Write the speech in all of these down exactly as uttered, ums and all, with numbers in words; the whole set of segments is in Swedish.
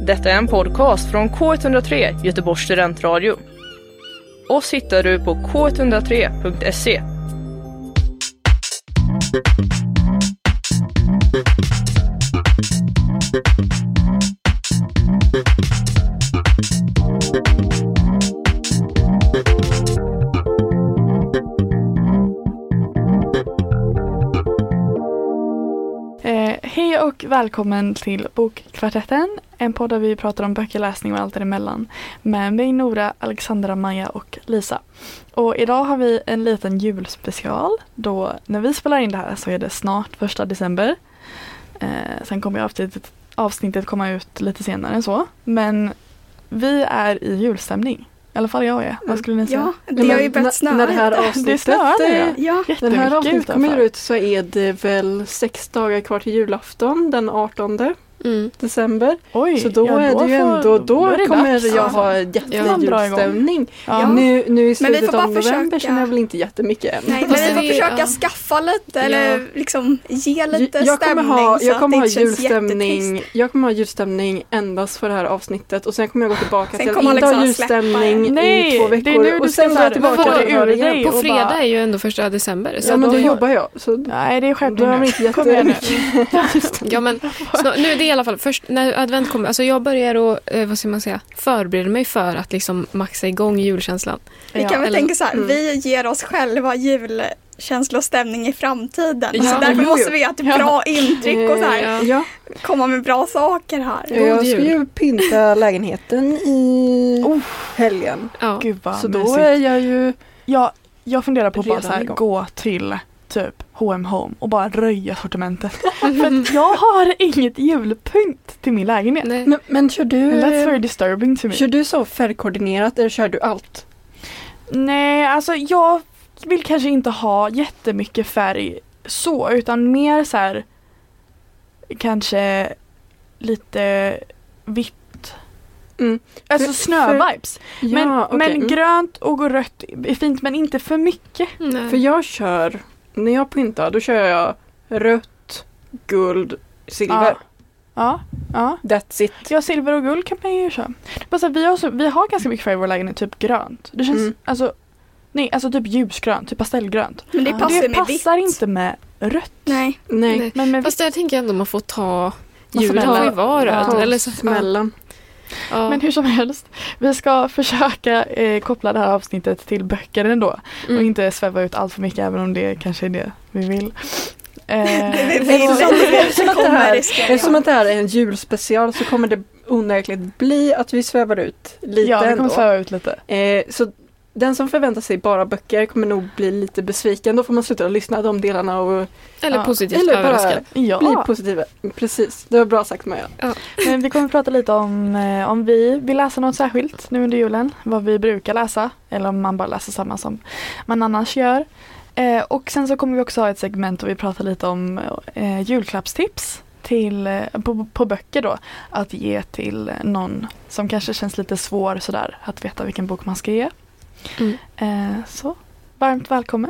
Detta är en podcast från K ett noll tre, Göteborgs studentradio. Oss hittar du på k ett noll tre punkt se. Eh, hej och välkommen till Bokkvartetten, en podd där vi pratar om böcker, läsning och allt däremellan med mig, Nora, Alexandra, Maja och Lisa. Och idag har vi en liten julspecial då när vi spelar in det här så är det snart första december. Eh, sen kommer avsnittet, avsnittet komma ut lite senare än så, men vi är i julstämning. I alla fall jag är. Vad skulle ni säga? Ja, det har ju börjat snöa. När det här avsnittet, det snöar, ja. Den här avsnittet kommer ut så är det väl sex dagar kvar till julafton den artonde Mm. december. Oj, så då ja, är då det ju får- ändå, då, då är det kommer dags, jag alltså. ha jättelig Ja, bra julstämning. Ja. Ja. Nu, nu i Men vi slutet får bara av november försöka- känner jag väl inte jättemycket än. Nej, men Fast vi får det- försöka ja. skaffa lite eller liksom ge lite jag kommer stämning ha, så jag att kommer det ha inte känns julstämning. jättetrist. Jag kommer ha julstämning endast för det här avsnittet och sen kommer jag gå tillbaka Sen till att kommer inte ha Alexandra julstämning släppa Nej, i två det är veckor nu du och ska sen så går här- jag tillbaka få det till ur det igen. dig. På och fredag bara- är ju ändå första december. Så Ja, men då då, jobbar jag. Så Nej, det är skärpning då har nu. vi inte Kom igen nu. jättemycket. ja, men snart, nu är det i alla fall först när advent kommer. Alltså jag börjar och eh, vad ska man säga, förbereda mig för att liksom maxa igång julkänslan. Vi Ja, kan väl eller- tänka så här, mm. vi ger oss själva julkänsla och stämning i framtiden. Ja, så därför jo, jo. måste vi ha ett bra intryck och så här, Ja. Ja. komma med bra saker här. God Jag ska jul. ju pynta lägenheten i Oh. helgen. Ja. Gud vad Så då mysigt. är jag ju... Ja, jag funderar på att bara Redan så här, igång. gå till typ H och M Home och bara röja sortimentet. För att jag har inget julpunkt till min lägenhet. Nej. Men, men kör du... And that's very disturbing to me. Kör du så färgkoordinerat eller kör du allt? Nej, alltså jag vill kanske inte ha jättemycket färg så, utan mer så här kanske lite vitt. Mm. Alltså För- snö-vibes. Men, Ja, okej. men Mm. grönt och rött är fint, men inte för mycket. Nej. För jag kör... När jag pyntar då kör jag rött, guld, silver. Ja. Ja, ja. That's it. Ja, silver och guld kan man ju köra. Bara så här, vi, har så, vi har ganska mycket färg i vår lägenhet, typ grönt. Det känns, Mm. alltså, nej, alltså typ ljusgrönt, typ pastellgrönt. Men det Ja. passar det med passar vitt. inte med rött. Nej. Nej. Nej. Men med Fast där tänker jag ändå man får ta julen smällar. får ju vara röd. Ja. Eller så, Smällen. ja. Men hur som helst, vi ska försöka eh, koppla det här avsnittet till böcker ändå. Mm. Och inte sväva ut allt för mycket, även om det kanske är det vi vill. Eh, Det vill Eftersom, vi. eftersom, att det här, riskerar. eftersom att det här är en julspecial så kommer det onekligt bli att vi svävar ut lite ja, vi kommer ändå. sväva ut lite. Eh, så den som förväntar sig bara böcker kommer nog bli lite besviken. Då får man sluta lyssna de delarna och Eller Ja. positivt Eller bara- överraskad. Ja, bli positiva. Precis, det var bra sagt Maja. men vi kommer prata lite om eh, om vi vill läsa något särskilt nu under julen. Vad vi brukar läsa. Eller om man bara läser samma som man annars gör. Eh, och sen så kommer vi också ha ett segment och vi pratar lite om eh, julklappstips till, eh, på, på böcker då. Att ge till någon som kanske känns lite svår sådär. Att veta vilken bok man ska ge. Mm. Eh, så, varmt välkommen.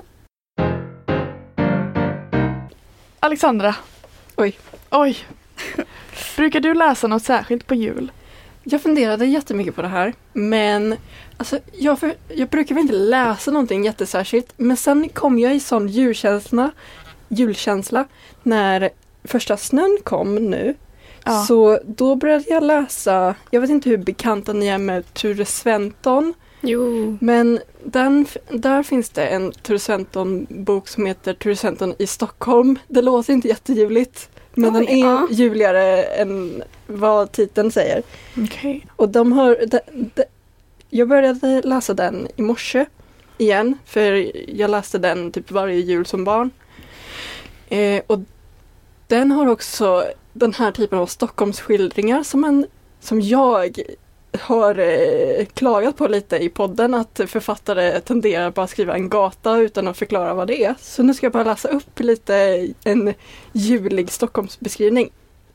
Alexandra. Oj. Oj. Brukar du läsa något särskilt på jul? Jag funderade jättemycket på det här, men alltså, jag, för, jag brukar väl inte läsa någonting jättesärskilt, men sen kom jag i sån julkänsla, julkänsla när första snön kom nu. Ja. Så då började jag läsa, jag vet inte hur bekanta ni är med Ture Sventon, Jo. men den, där finns det en Ture Sventon-bok som heter Ture Sventon i Stockholm. Det låter inte jättejuligt, men Oj, den är ja. juligare än vad titeln säger. Okej. Och de har... De, de, jag började läsa den i morse igen, för jag läste den typ varje jul som barn. Eh, och den har också den här typen av Stockholmsskildringar som, en, som jag har eh, klagat på lite i podden, att författare tenderar bara att skriva en gata utan att förklara vad det är. Så nu ska jag bara läsa upp lite en julig Stockholmsbeskrivning.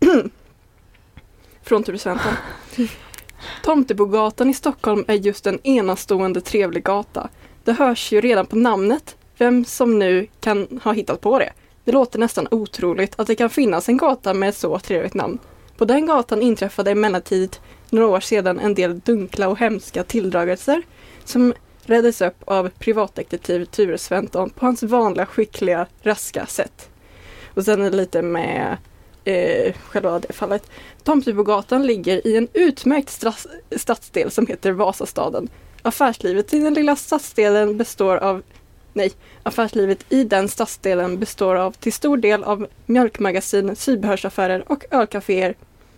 Från Ture Sventon. Tomtebogatan i Stockholm är just en enastående trevlig gata. Det hörs ju redan på namnet, vem som nu kan ha hittat på det. Det låter nästan otroligt att det kan finnas en gata med ett så trevligt namn. På den gatan inträffade emellertid några år sedan en del dunkla och hemska tilldragelser som räddades upp av privatdetektiv Ture Sventon på hans vanliga skickliga, raska sätt. Och sen är det lite med eh, själva det fallet. Tomtebogatan ligger i en utmärkt strass, stadsdel som heter Vasastaden. Affärslivet i den lilla stadsdelen består av Nej, affärslivet i den stadsdelen består av till stor del av mjölkmagasin, sybehörsaffärer och ölcaféer.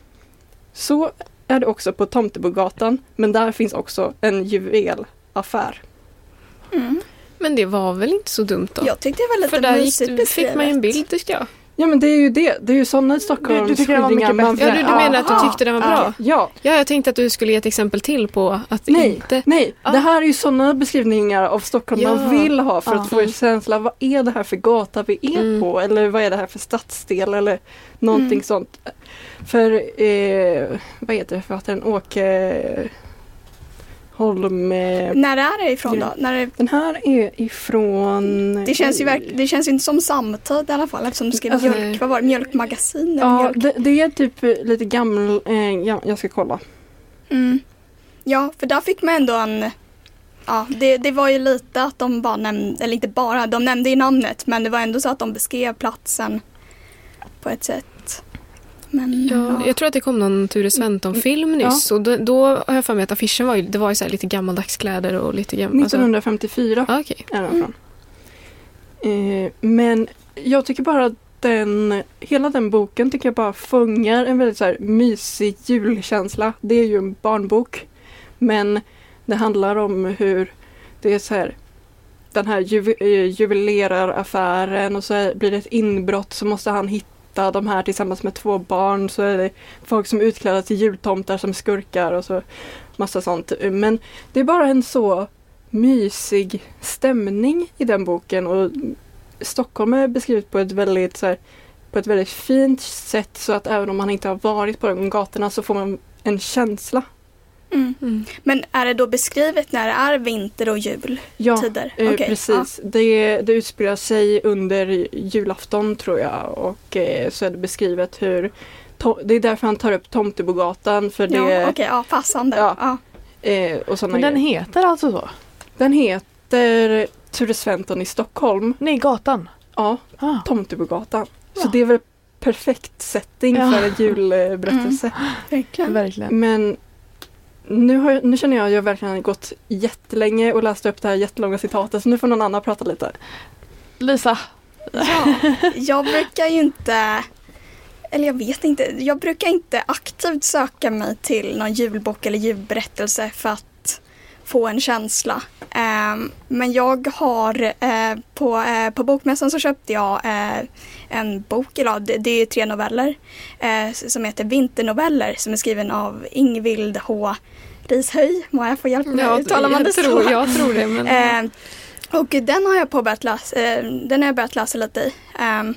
Så är det också på Tomtebogatan, men där finns också en juvelaffär. Mm. Men det var väl inte så dumt då? Jag tyckte det var lite För där mysigt gick, beskrivet. fick man ju en bild, tyckte jag. Ja, men det är ju det. Det är ju sådana Stockholms Du- du tycker det var mycket skildringar bättre. Ja, du, du menar att du tyckte den var bra? Ja, Ja, jag tänkte att du skulle ge ett exempel till på att nej, inte... nej. Ah. Det här är ju sådana beskrivningar av Stockholm Ja. man vill ha för Ah. att få en känsla. Vad är det här för gata vi är Mm. på? Eller vad är det här för stadsdel? Eller någonting Mm. sånt. För, eh, vad heter det författaren? Åke Holm. Eh, När är det ifrån då? Ja. När det, den här är ifrån... det, känns ju verk, det känns ju inte som samtid i alla fall eftersom du skrev Alltså, mjölk, vad var det? Mjölkmagasin eller Ja, mjölk? det, det är typ lite gammal... Eh, ja, jag ska kolla. Mm. Ja, för där fick man ändå en... Ja, det, det var ju lite att de bara nämnde, eller inte bara, de nämnde i namnet, men det var ändå så att de beskrev platsen på ett sätt. Men, Ja, jag tror att det kom någon Ture Sventon-film nyss. Och då, då har jag för mig att affischen var ju, det var ju så här lite gammaldags kläder och lite gammal... nittonhundrafemtiofyra Alltså, ah, okej. är den från. Eh, men jag tycker bara att den, hela den boken tycker jag bara fångar en väldigt så här mysig julkänsla. Det är ju en barnbok. Men det handlar om hur det är så här, den här juve, eh, juveleraraffären och så är, blir det ett inbrott så måste han hitta de här tillsammans med två barn, så är det folk som är utklädda till jultomtar som skurkar och så massa sånt. Men det är bara en så mysig stämning i den boken och Stockholm är beskrivet på ett väldigt så här, på ett väldigt fint sätt så att även om man inte har varit på de gatorna så får man en känsla. mm. Mm. Men är det då beskrivet när det är vinter och jul? Ja, Tider? eh, Okej, precis. Det, det utspelar sig under julafton tror jag och eh, så är det beskrivet hur to- det är därför han tar upp Tomtebogatan för det Ja, okej, ja, passande. Ja. Ja. eh, och såna Men den grejer. heter alltså så? Den heter Ture Sventon i Stockholm. Nej, gatan. Ja, Ah. Tomtebogatan. Så Ja. det är väl perfekt setting Ja. för en julberättelse. Verkligen. Verkligen. Men nu, har jag, nu känner jag att jag verkligen har gått jättelänge och läst upp det här jättelånga citatet så nu får någon annan prata lite. Lisa. Ja, jag brukar ju inte, eller jag vet inte, jag brukar inte aktivt söka mig till någon julbok eller julberättelse för att få en känsla. Um, men jag har, uh, på, uh, på bokmässan så köpte jag uh, en bok, eller det, det är tre noveller, uh, som heter Vinternoveller som är skriven av Ingvild H. Rishöj. Må jag få hjälp med Ja, uttalar man jag, det tror, så? jag tror det, men... Uh, och den har jag påbörjat läsa, uh, den har jag börjat läsa lite i. Um,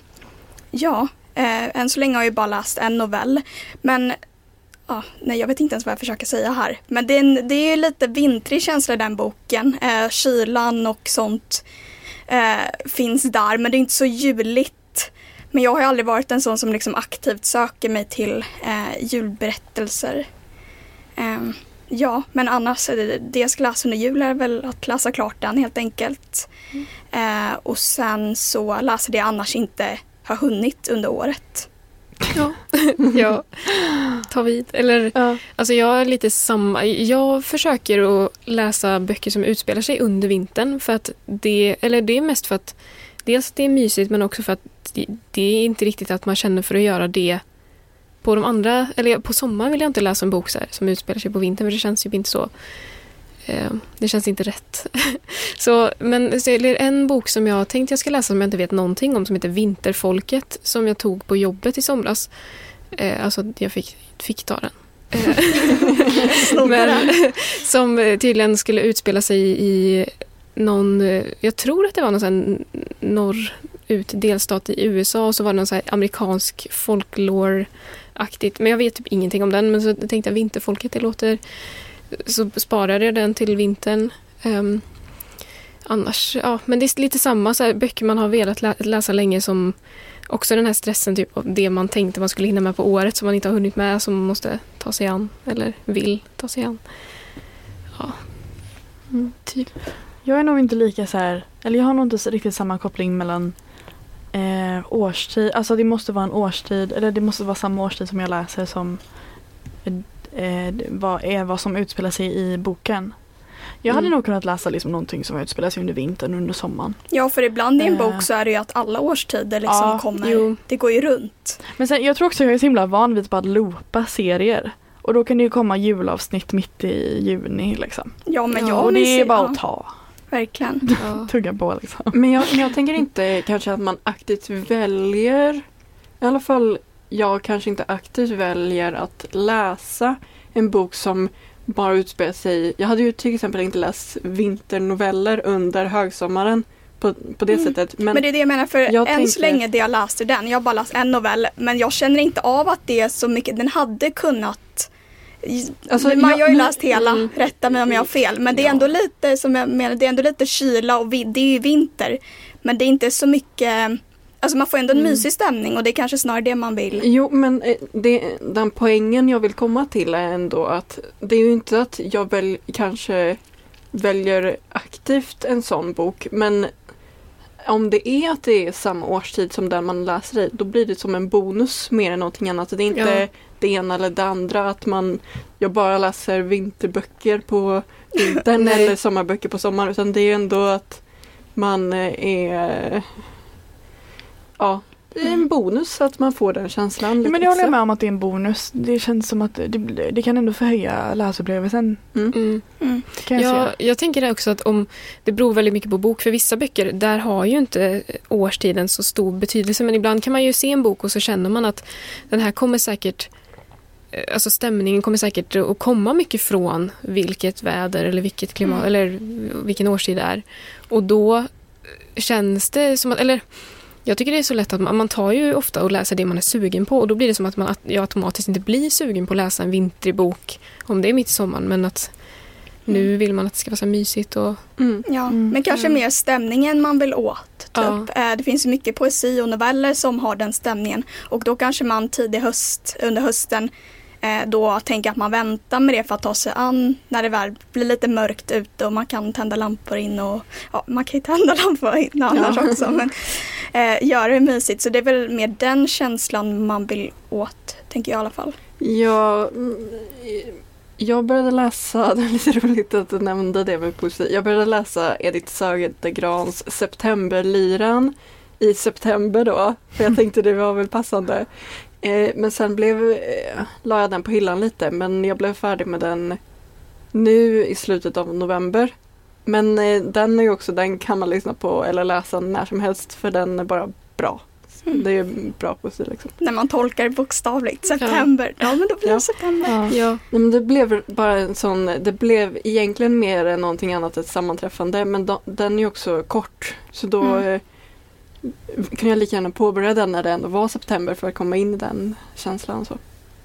ja, uh, än så länge har jag bara läst en novell. Men ja, nej, jag vet inte ens vad jag försöker säga här. Men det är, en, det är lite vintrig känsla i den boken. Eh, kylan och sånt eh, finns där. Men det är inte så juligt. Men jag har ju aldrig varit en sån som liksom aktivt söker mig till eh, julberättelser. Eh, ja, men annars det, det jag ska läsa under jul är väl att läsa klart den helt enkelt. Mm. Eh, och sen så läser det jag annars inte har hunnit under året. Ja, ja. Ta vid. Eller, Ja. alltså jag är lite samma. Jag försöker att läsa böcker som utspelar sig under vintern för att det, eller det är mest för att dels det är mysigt men också för att det, det är inte riktigt att man känner för att göra det på de andra, eller på sommaren vill jag inte läsa en bok så här, som utspelar sig på vintern för det känns ju inte så eh, det känns inte rätt. Så, men så är det en bok som jag tänkte jag ska läsa som jag inte vet någonting om som heter Vinterfolket som jag tog på jobbet i somras. Eh, alltså jag fick, fick ta den. Eh, men, som tydligen skulle utspela sig i någon, jag tror att det var någon sån norrut delstat i U S A och så var det någon sån här amerikansk folklore-aktigt. Men jag vet typ ingenting om den men så tänkte jag Vinterfolket, det låter, så sparade jag den till vintern. Um, annars, ja, men det är lite samma så här, böcker man har velat lä- läsa länge som också den här stressen typ av det man tänkte man skulle hinna med på året som man inte har hunnit med, som man måste ta sig an eller vill ta sig an. Ja, Mm. Typ. Jag är nog inte lika så här, eller jag har nog inte riktigt samma koppling mellan eh, årstid, alltså det måste vara en årstid, eller det måste vara samma årstid som jag läser som eh, vad är vad som utspelar sig i boken. Jag hade Mm. nog kunnat läsa liksom någonting som utspelar sig under vintern, under sommaren. Ja, för ibland i en Eh. bok så är det ju att alla årstider liksom Ja, kommer, jo. det går ju runt. Men sen, jag tror också jag är så himla van vid att bara loopa serier. Och då kan det ju komma julavsnitt mitt i juni liksom. Ja, men Ja, jag och det är vill bara se- att ja, ta, verkligen. Ja. tugga på liksom. Men jag, men jag tänker inte kanske att man aktivt väljer, i alla fall jag kanske inte aktivt väljer att läsa en bok som bara utspelar sig. Jag hade ju till exempel inte läst vinternoveller under högsommaren på, på det Mm. sättet. Men, Men det är det jag menar, för jag än så tänker- länge det jag läste den, jag har bara läst en novell, men jag känner inte av att det är så mycket, den hade kunnat, Alltså, man, jag har ju jag- läst hela, mm. rätta mig om jag har fel, men det är Ja. ändå lite, som jag menar, det är ändå lite kyla och vid, det är ju vinter, men det är inte så mycket, alltså man får ändå en Mm. mysig stämning och det är kanske snarare det man vill. Jo, men eh, det, den poängen jag vill komma till är ändå att det är ju inte att jag väl, kanske väljer aktivt en sån bok, men om det är att det är samma årstid som den man läser i, då blir det som en bonus mer än någonting annat. Det är inte Ja. det ena eller det andra, att man, jag bara läser vinterböcker på vintern Nej. eller sommarböcker på sommaren, utan det är ändå att man eh, är, ja, det är en bonus att man får den känslan. Ja, lite men det håller jag extra. med om att det är en bonus. Det känns som att det, det kan ändå förhöja läsupplevelsen. Mm. Mm. Kan jag Ja, se. jag tänker det också att om det beror väldigt mycket på bok. För vissa böcker, där har ju inte årstiden så stor betydelse. Men ibland kan man ju se en bok och så känner man att den här kommer säkert, eh, alltså stämningen kommer säkert att komma mycket från vilket väder eller vilket klimat Mm. eller vilken årstid det är. Och då känns det som att, eller jag tycker det är så lätt att man, man tar ju ofta och läser det man är sugen på. Och då blir det som att man att jag automatiskt inte blir sugen på att läsa en vintrig bok om det är mitt i sommaren. Men att nu vill man att det ska vara så mysigt och Mm. Ja, Mm. men kanske mer stämningen man vill åt. Typ. Ja. Eh, Det finns ju mycket poesi och noveller som har den stämningen. Och då kanske man tidig höst, under hösten eh, då tänker att man väntar med det för att ta sig an när det väl blir lite mörkt ute och man kan tända lampor in och ja, man kan ju tända lampor in annars Ja. också. Men eh, göra det mysigt. Så det är väl mer den känslan man vill åt, tänker jag i alla fall. Ja, mm, jag började läsa, det är lite roligt att du nämnde det med poesi. Jag började läsa Edith Södergrans Septemberlyran i september då. För jag tänkte det var väl passande. Eh, men sen blev, eh, la jag den på hyllan lite. Men jag blev färdig med den nu i slutet av november. Men eh, den är ju också, den kan man lyssna på eller läsa när som helst. För den är bara bra. Mm. Det är bra poesi liksom. När man tolkar det bokstavligt. September, ja, men då blir det Ja. september. Ja. ja, Nej, men det blev bara en sån, det blev egentligen mer än någonting annat ett sammanträffande, men då, den är ju också kort. Så då Mm. eh, kunde jag lika gärna påbörja den när det ändå var september för att komma in i den känslan. Så.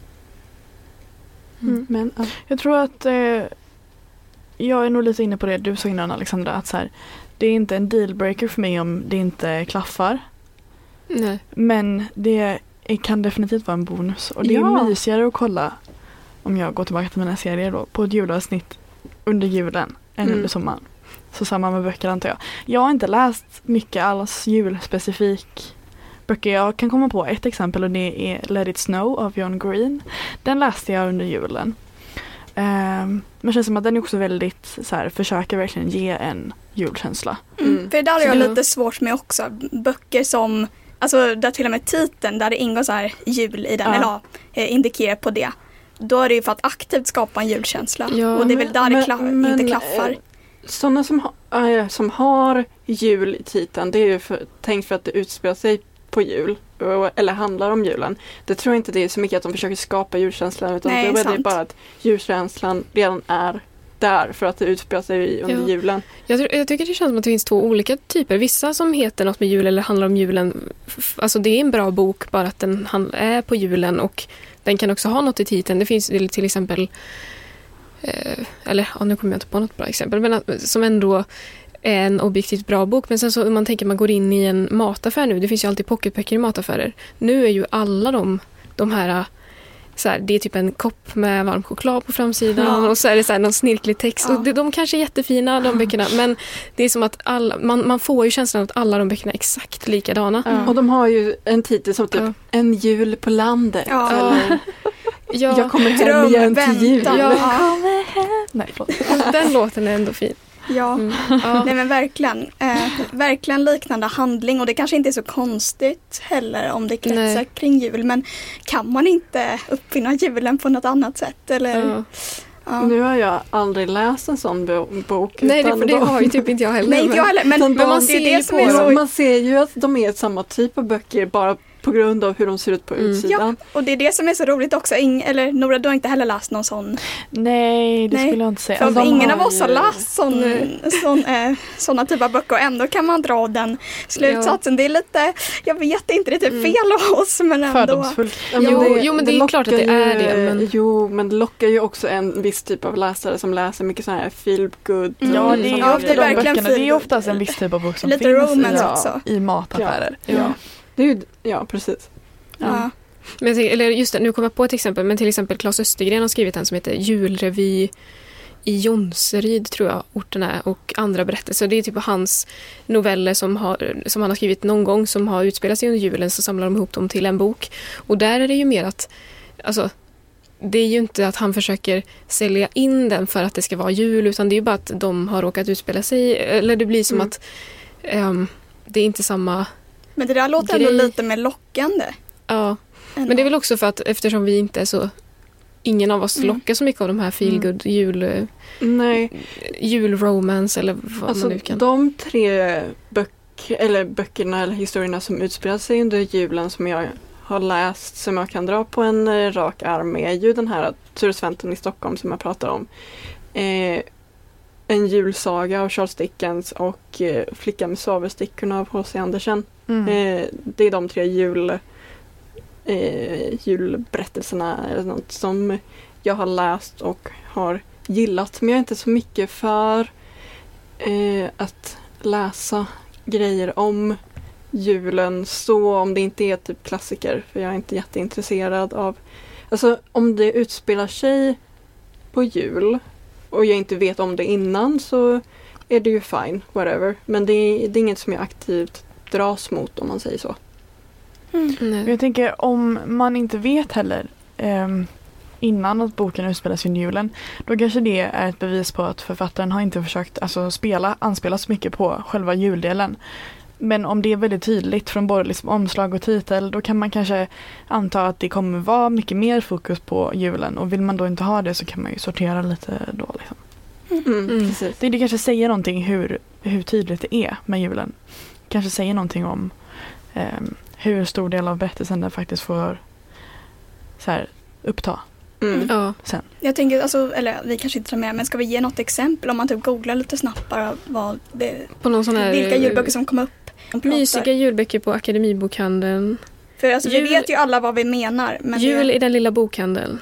Mm. Men, ja. Jag tror att eh, jag är nog lite inne på det du sa innan, Alexandra, att så här, det är inte en dealbreaker för mig om det inte klaffar. nej. Men det är, kan definitivt vara en bonus. Och det Ja. är mysigare att kolla, om jag går tillbaka till mina serier då, på ett julavsnitt under julen än Mm. under sommaren. Så samma med böcker antar jag. Jag har inte läst mycket alls julspecifik böcker. Jag kan komma på ett exempel och det är Let It Snow av John Green. Den läste jag under julen. Um, men det känns som att den är också väldigt så här, försöker verkligen ge en julkänsla. Mm. Mm. För det där har jag Ja. lite svårt med också. Böcker som, alltså där till och med titeln, där det ingår så här jul i den, Ja. eller ja, eh, indikerar på det. Då är det ju för att aktivt skapa en julkänsla. Ja, och det är väl där det Men- kla- men, inte klaffar. eh, Sådana som, ha, äh, som har jul i titeln, det är ju för, tänkt för att det utspelar sig på jul. och- Eller handlar om julen. Det tror jag inte det är så mycket att de försöker skapa julkänslan, utan Nej, det är sant. bara att julkänslan redan är där för att det utspelar sig under Ja. julen. Jag, tror- jag tycker det känns som att det finns två olika typer. Vissa som heter något med jul eller handlar om julen. f- Alltså det är en bra bok bara att den hand- är på julen och den kan också ha något i titeln. Det finns till exempel, eh, eller ja, nu kommer jag inte på något bra exempel, men att, som ändå är en objektivt bra bok. Men sen så om man tänker man går in i en mataffär nu, det finns ju alltid pocketböcker i mataffärer. Nu är ju alla de, de här, så här, det är typ en kopp med varm choklad på framsidan ja. och så är det så här någon snirklig text. Ja. Och det, de kanske är jättefina de böckerna, men det är som att alla, man, man får ju känslan att alla de böckerna är exakt likadana. Ja. Och de har ju en titel som typ ja. En jul på landet. Ja. Eller ja. Jag kommer hem igen till jul. Ja. Ja. Nej, den låten är ändå fin. Ja, mm. ja. Nej men verkligen. Eh, verkligen liknande handling och det kanske inte är så konstigt heller om det kretsar Nej. Kring jul. Men kan man inte uppfinna julen på något annat sätt? Eller? Ja. Ja. Nu har jag aldrig läst en sån bok. Nej, det, för det har ju typ inte jag heller. Nej, inte jag heller. Men, men, men man, det ser är det som är så... man ser ju att de är samma typ av böcker bara på grund av hur de ser ut på mm. utsidan. Ja, och det är det som är så roligt också. Ing, eller Nora, du har inte heller läst någon sån? Nej, det Nej. skulle jag inte säga. För alltså, ingen har av oss har ju... läst sån, sån, eh, såna typer av böcker och ändå kan man dra den slutsatsen. Ja. Det är lite, jag vet inte, det är typ fel av oss men ändå. Fördomsfullt. Ja, men jo, det, jo, men det, det är klart att det är det. Men... Jo, men det lockar ju också en viss typ av läsare som läser mycket sån här feel good. Mm. Ja, det är, ja, ofta det är de böckerna. Det är oftast en viss typ av bok som lite finns romance i, också. i mataffärer. Ja. Ja. Det är ju, ja, precis. Ja. Ja. Men jag, eller just det, nu kommer jag på ett exempel, men till exempel Claes Östergren har skrivit en som heter Julrevy i Jonseryd, tror jag orten är, och andra berättelser. Det är typ hans noveller som, har, som han har skrivit någon gång som har utspelat sig under julen, så samlar de ihop dem till en bok. Och där är det ju mer att, alltså, det är ju inte att han försöker sälja in den för att det ska vara jul, utan det är ju bara att de har råkat utspela sig, eller det blir som mm. att um, det är inte samma Men det där låter grej. Ändå lite mer lockande. Ja, men det är väl också för att eftersom vi inte är så, ingen av oss mm. lockar så mycket av de här feelgood mm. jul Nej. julromance eller vad alltså, man nu kan. De tre böcker eller böckerna eller historierna som utspelar sig under julen som jag har läst som jag kan dra på en rak arm är ju den här Ture Sventon i Stockholm som jag pratar om. Eh, en julsaga av Charles Dickens och eh, Flickan med svavelstickorna av H C Andersen. Mm. Eh, det är de tre jul Eh, julberättelserna eller något som jag har läst och har gillat, men jag är inte så mycket för eh, att läsa grejer om julen, så om det inte är typ klassiker, för jag är inte jätteintresserad av, alltså om det utspelar sig på jul och jag inte vet om det innan så är det ju fine, whatever, men det är, det är inget som jag aktivt dras mot om man säger så. Mm. Jag tänker om man inte vet heller eh, innan att boken utspelas under julen, då kanske det är ett bevis på att författaren har inte försökt alltså, spela, anspela så mycket på själva juldelen. Men om det är väldigt tydligt från både liksom, omslag och titel, då kan man kanske anta att det kommer vara mycket mer fokus på julen, och vill man då inte ha det så kan man ju sortera lite då. Liksom. Mm, mm. Precis. Det, det kanske säger någonting hur, hur tydligt det är med julen. Kanske säger någonting om eh, hur stor del av berättelsen det faktiskt får så här, uppta. Mm. Ja. Sen. Jag tänker, alltså, eller vi kanske inte tar med, men ska vi ge något exempel om man typ googlar lite snabbt bara vad det, på någon sån här, vilka julböcker som kommer upp. Mysiga julböcker på Akademibokhandeln. För alltså, jul, vi vet ju alla vad vi menar. Men jul det... i den lilla bokhandeln.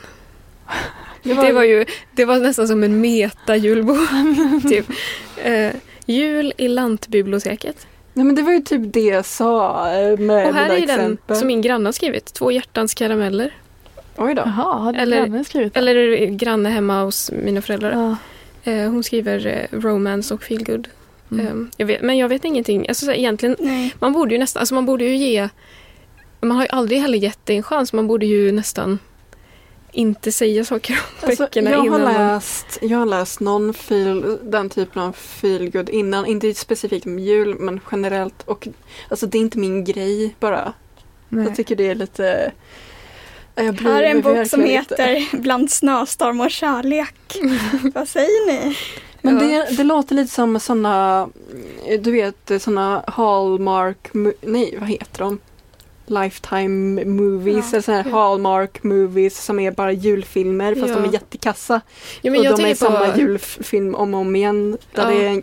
Det var, det var ju det var nästan som en meta-julbok. typ. Uh, jul i lantbiblioteket. Nej, men det var ju typ det jag sa med och här är exempel. Den som min granne har skrivit. Två hjärtans karameller. Oj då. Jaha, hade eller, grannen skrivit det? Eller granne hemma hos mina föräldrar. Ja. Uh, hon skriver uh, romance och feelgood. Mm. Um, jag vet, men jag vet ingenting. Alltså, så, egentligen, Nej. man borde ju nästan, alltså, man borde ju ge, man har ju aldrig heller gett det en chans. Man borde ju nästan inte säga saker om alltså, böckerna jag innan. Har man... läst, jag har läst någon feel, den typen av feelgood innan. Inte specifikt om jul, men generellt. Och alltså, det är inte min grej bara. Nej. Jag tycker det är lite... Jag här är en bok som heter lite. Bland snöstorm och kärlek. Vad säger ni? Men ja. det, det låter lite som såna, du vet, såna Hallmark, nej vad heter de? Lifetime movies, ja. eller såna här Hallmark movies som är bara julfilmer fast ja. de är jättekassa. Ja, men och jag de är på... samma julfilm om och om igen där ja. det är en,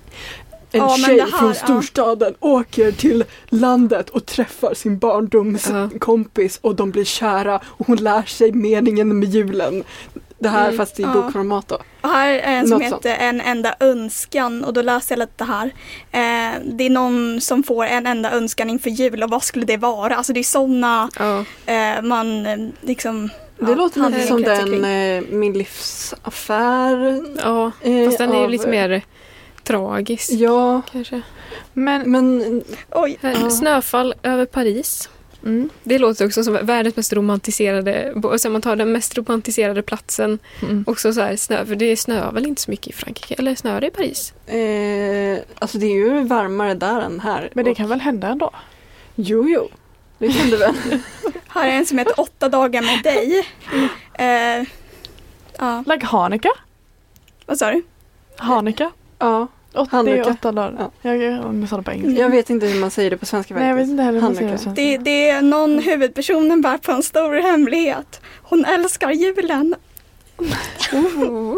en ja, tjej här, från storstaden ja. åker till landet och träffar sin barndomskompis ja. och de blir kära och hon lär sig meningen med julen. Det här Mm. fast i Ja. bokformat då. Och här är en som Något sånt. heter En enda önskan och då läste jag lite här. Eh, det är någon som får en enda önskan inför jul och vad skulle det vara? Alltså det är sådana Ja. eh, man eh, liksom... Det ja, låter handlar lite som kretsar den kring. eh, Min livsaffär. ja, eh, fast den är ju av- lite mer tragisk Ja, kanske. Men, men Oj. Här, Ja. Snöfall över Paris. mm, Det låter också som världens mest romantiserade, och sen man tar den mest romantiserade platsen, mm. också så här snö, för det snöar väl inte så mycket i Frankrike, eller snöar det i Paris? eh, alltså det är ju varmare där än här. Men det Och- kan väl hända ändå? Jo, jo. Det kan det väl. Här är en som heter Åtta dagar med dig. Eh, ja, Like Hanukkah? vad sa du? Hanukkah? Ja, Åt, det Hanukkah. är åtta dagar. Ja. Jag, jag, om jag sa det på engelska. jag vet inte hur man säger det på svenska Nej, jag vet faktiskt. inte heller hur man säger det. Hanukkah. så. Det, det är någon huvudpersonen bär på en stor hemlighet. Hon älskar julen. Oh.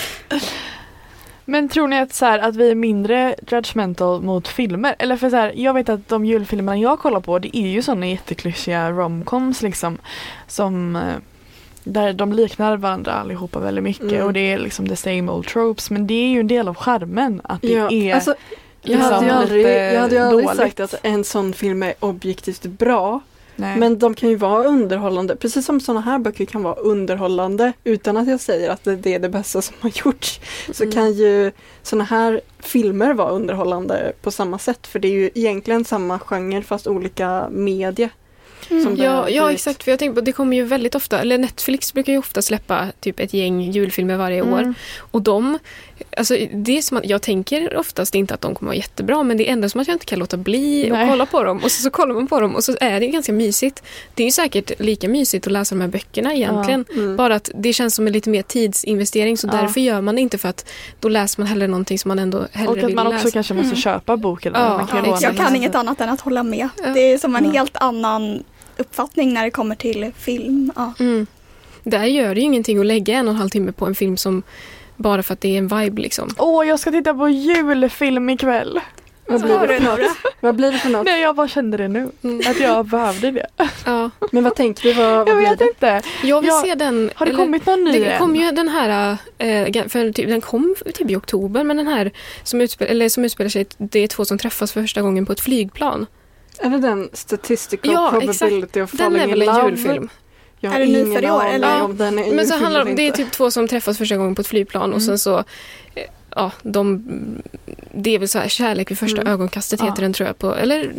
Men tror ni att, så här, att vi är mindre judgmental mot filmer? Eller för så här, jag vet att de julfilmerna jag kollar på, det är ju såna jätteklyschiga romcoms liksom. Som, eh, där de liknar varandra allihopa väldigt mycket. Mm. Och det är liksom the same old tropes. Men det är ju en del av charmen att det Ja, är alltså, jag, liksom hade ju aldrig, lite jag hade ju aldrig dåligt. sagt att en sån film är objektivt bra. Nej. Men de kan ju vara underhållande. Precis som såna här böcker kan vara underhållande. Utan att jag säger att det är det bästa som har gjorts. Så Mm. kan ju såna här filmer vara underhållande på samma sätt. För det är ju egentligen samma genre fast olika media. Som det Ja, har ja, blivit. exakt. För jag tänker på, det kommer ju väldigt ofta, eller Netflix brukar ju ofta släppa typ ett gäng julfilmer varje år. Mm. Och de, alltså det är som att, jag tänker oftast inte att de kommer vara jättebra, men det är ändå som att jag inte kan låta bli Nej. att kolla på dem. Och så, så kollar man på dem och så är det ganska mysigt. Det är ju säkert lika mysigt att läsa de här böckerna egentligen. Mm. Bara att det känns som en lite mer tidsinvestering, så Ja. därför gör man det inte, för att då läser man hellre någonting som man ändå hellre Och att vill man också läsa. kanske måste Mm. köpa boken. Ja, man kan ja, låna exakt. Jag den. kan inget annat än att hålla med. Ja. Det är som en Ja. helt annan uppfattning när det kommer till film. Ja. Mm. Där gör det ju ingenting att lägga en och en halv timme på en film som bara för att det är en vibe liksom. Åh, jag ska titta på julfilm ikväll. Vad Så blir har det du för något? några. Vad blir det för något? Nej, jag bara kände det nu. Mm. Att jag behövde det. Ja. Men vad tänker du? Vad, vad Jag blir vet det? inte. Jag vill Ja, se den. Har det eller- kommit någon ny Det än? kom ju den här, eh, för typ, den kom typ i oktober, men den här som, utspel, eller som utspelar sig, det är två som träffas för första gången på ett flygplan. Är det den Statistical Ja, Probability of Den Falling är väl in en Love? julfilm. Jag har Är det ny ingen för i år, aning eller? om den är en Men så julfilm handlar eller det, det är inte. typ två som träffas första gången på ett flygplan Mm. och sen så, eh, ja, de, det är väl så här kärlek vid första Mm. ögonkastet Ja. heter den, tror jag på, eller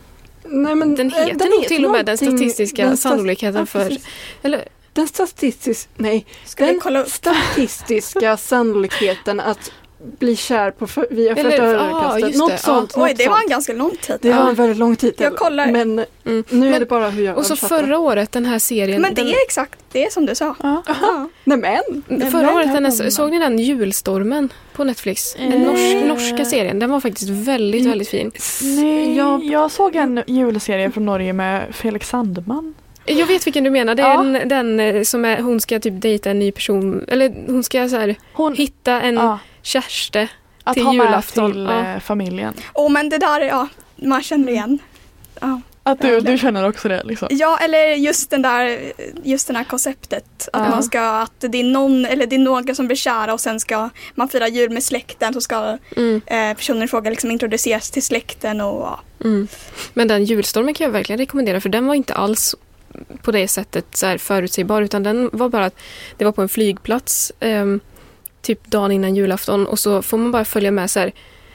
Nej, men, den eh, heter nog till och med den någonting- statistiska den sta- sannolikheten ja, för, precis. eller Den statistiska, nej, Ska vi den kolla upp? statistiska sannolikheten att bli kär på för, via Eller- första ja, ögonkastet. just Något det, sånt. Oj, något det var en sånt. ganska lång tid. Det var Ja. en väldigt lång titel. Jag kollar. Men mm. nu är Men- det bara hur jag Och så översätter. förra året, den här serien. Men det den, är exakt det som du sa. Ja. Ja. Nej men, men förra året, här den, kommer. såg ni den Julstormen på Netflix? Den Eh. norsk, norska serien. Den var faktiskt väldigt, Mm. väldigt fin. Nej, jag, jag såg en julserie från Norge med Felix Sandman. Jag vet vilken du menar. Det är Ja. den, den eh, som är, hon ska typ dejta en ny person. Eller hon ska så här, Hon, hitta en ja, kärste. att till ha med julafton, till ja. eh, familjen. Oh, men det där, ja, man känner igen. Ja. Att du, Verkligen. du känner också det liksom. Ja, eller just den där, just den här konceptet. Att Ja. man ska, att det är någon, eller det är några som blir kära och sen ska man fira jul med släkten, så ska Mm, eh, personen i fråga liksom introduceras till släkten och ja. mm. Men den Julstormen kan jag verkligen rekommendera, för den var inte alls på det sättet så här förutsägbar, utan den var bara att det var på en flygplats ehm, typ dagen innan julafton, och så får man bara följa med så här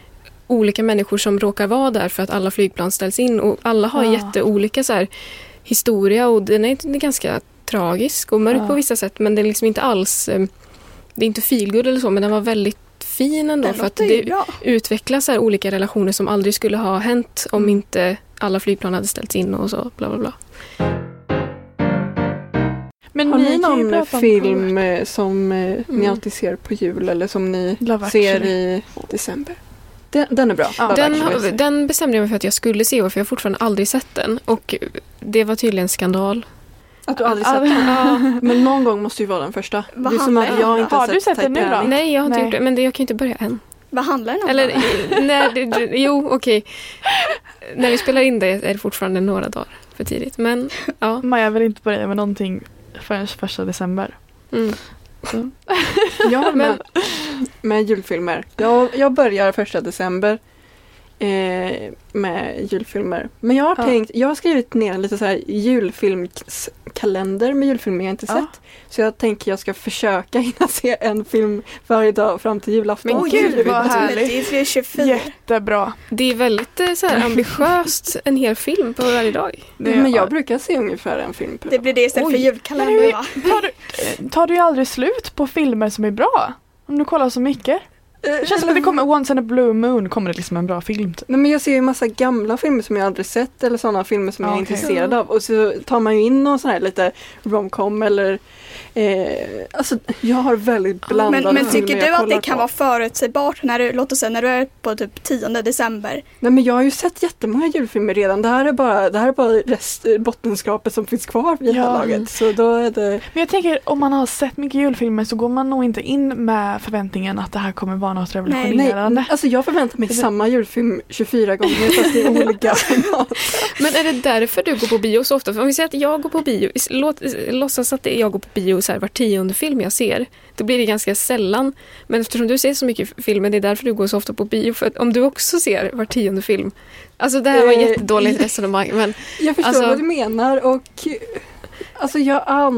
olika människor som råkar vara där för att alla flygplan ställs in, och alla har Ja. jätteolika så här historia, och den är, den är ganska tragisk och mörk Ja. på vissa sätt, men det är liksom inte alls ehm, det är inte feelgood eller så, men den var väldigt fin ändå, Den för att låter ju det bra. utvecklas så här olika relationer som aldrig skulle ha hänt om Mm. inte alla flygplan hade ställts in och så bla bla bla. Men har ni kan ju någon prata om film eh, som eh, ni Mm. alltid ser på jul eller som ni Love ser Actually. i december? Den, den är bra. Ja. Love Den, Actually. den bestämde jag mig för att jag skulle se i år, för jag har fortfarande aldrig sett den, och det var tydligen skandal. Att du aldrig Ja, sett den. Ja. Men någon gång måste ju vara den första. Vad det är som handlar att den jag om inte då? har Har du sett sett den nu då? Titanic. Nej, jag har inte Nej. gjort det, men det, jag kan inte börja än. Vad handlar den om Eller, då? när det, jo, okej. När vi spelar in det är det fortfarande några dagar för tidigt, men ja. Maja vill inte börja med någonting förrän första december. Mm. Mm. Jag har med, med julfilmer. Jag, jag börjar första december eh, med julfilmer. Men jag har Ja. tänkt, jag har skrivit ner lite så här julfilmskalender med julfilmer jag inte Ja. sett. Så jag tänker jag ska försöka hinna se en film varje dag fram till julafton. Men Åh gud, gud, vad härligt. Det är fler tjugofyra. Jättebra. Det är väldigt eh, så här, ambitiöst, en hel film på varje dag. Det- Men jag brukar se ungefär en film per Det dag. blir det istället för Oj. julkalender va? Tar du, tar du ju aldrig slut på filmer som är bra? Om du kollar så mycket. Det känns som att det kommer Once in a Blue Moon kommer det liksom en bra film. Nej, men jag ser ju en massa gamla filmer som jag aldrig sett eller sådana filmer som Ah, jag är okej. intresserad av. Och så tar man ju in någon sån här lite romcom eller eh, alltså jag har väldigt blandade Men, men filmer tycker jag du att kollar det kan på. vara förutsägbart när du, låt oss säga när du är på typ tionde december? Nej, men jag har ju sett jättemånga julfilmer redan. Det här är bara, det här är bara rest, bottenskrapet som finns kvar vid det här Ja. laget. Så då är det... Men jag tänker om man har sett mycket julfilmer så går man nog inte in med förväntningen att det här kommer vara något revolutionerande. Nej, alltså jag förväntar mig Det- samma julfilm tjugofyra gånger fast i olika format. Men är det därför du går på bio så ofta? För om vi säger att jag går på bio, låt, låtsas att det är jag går på bio så här var tionde film jag ser, då blir det ganska sällan. Men eftersom du ser så mycket filmer, det är därför du går så ofta på bio. För att om du också ser var tionde film, alltså det här var ett Eh, jättedåligt resonemang, men Jag förstår Alltså- vad du menar och alltså jag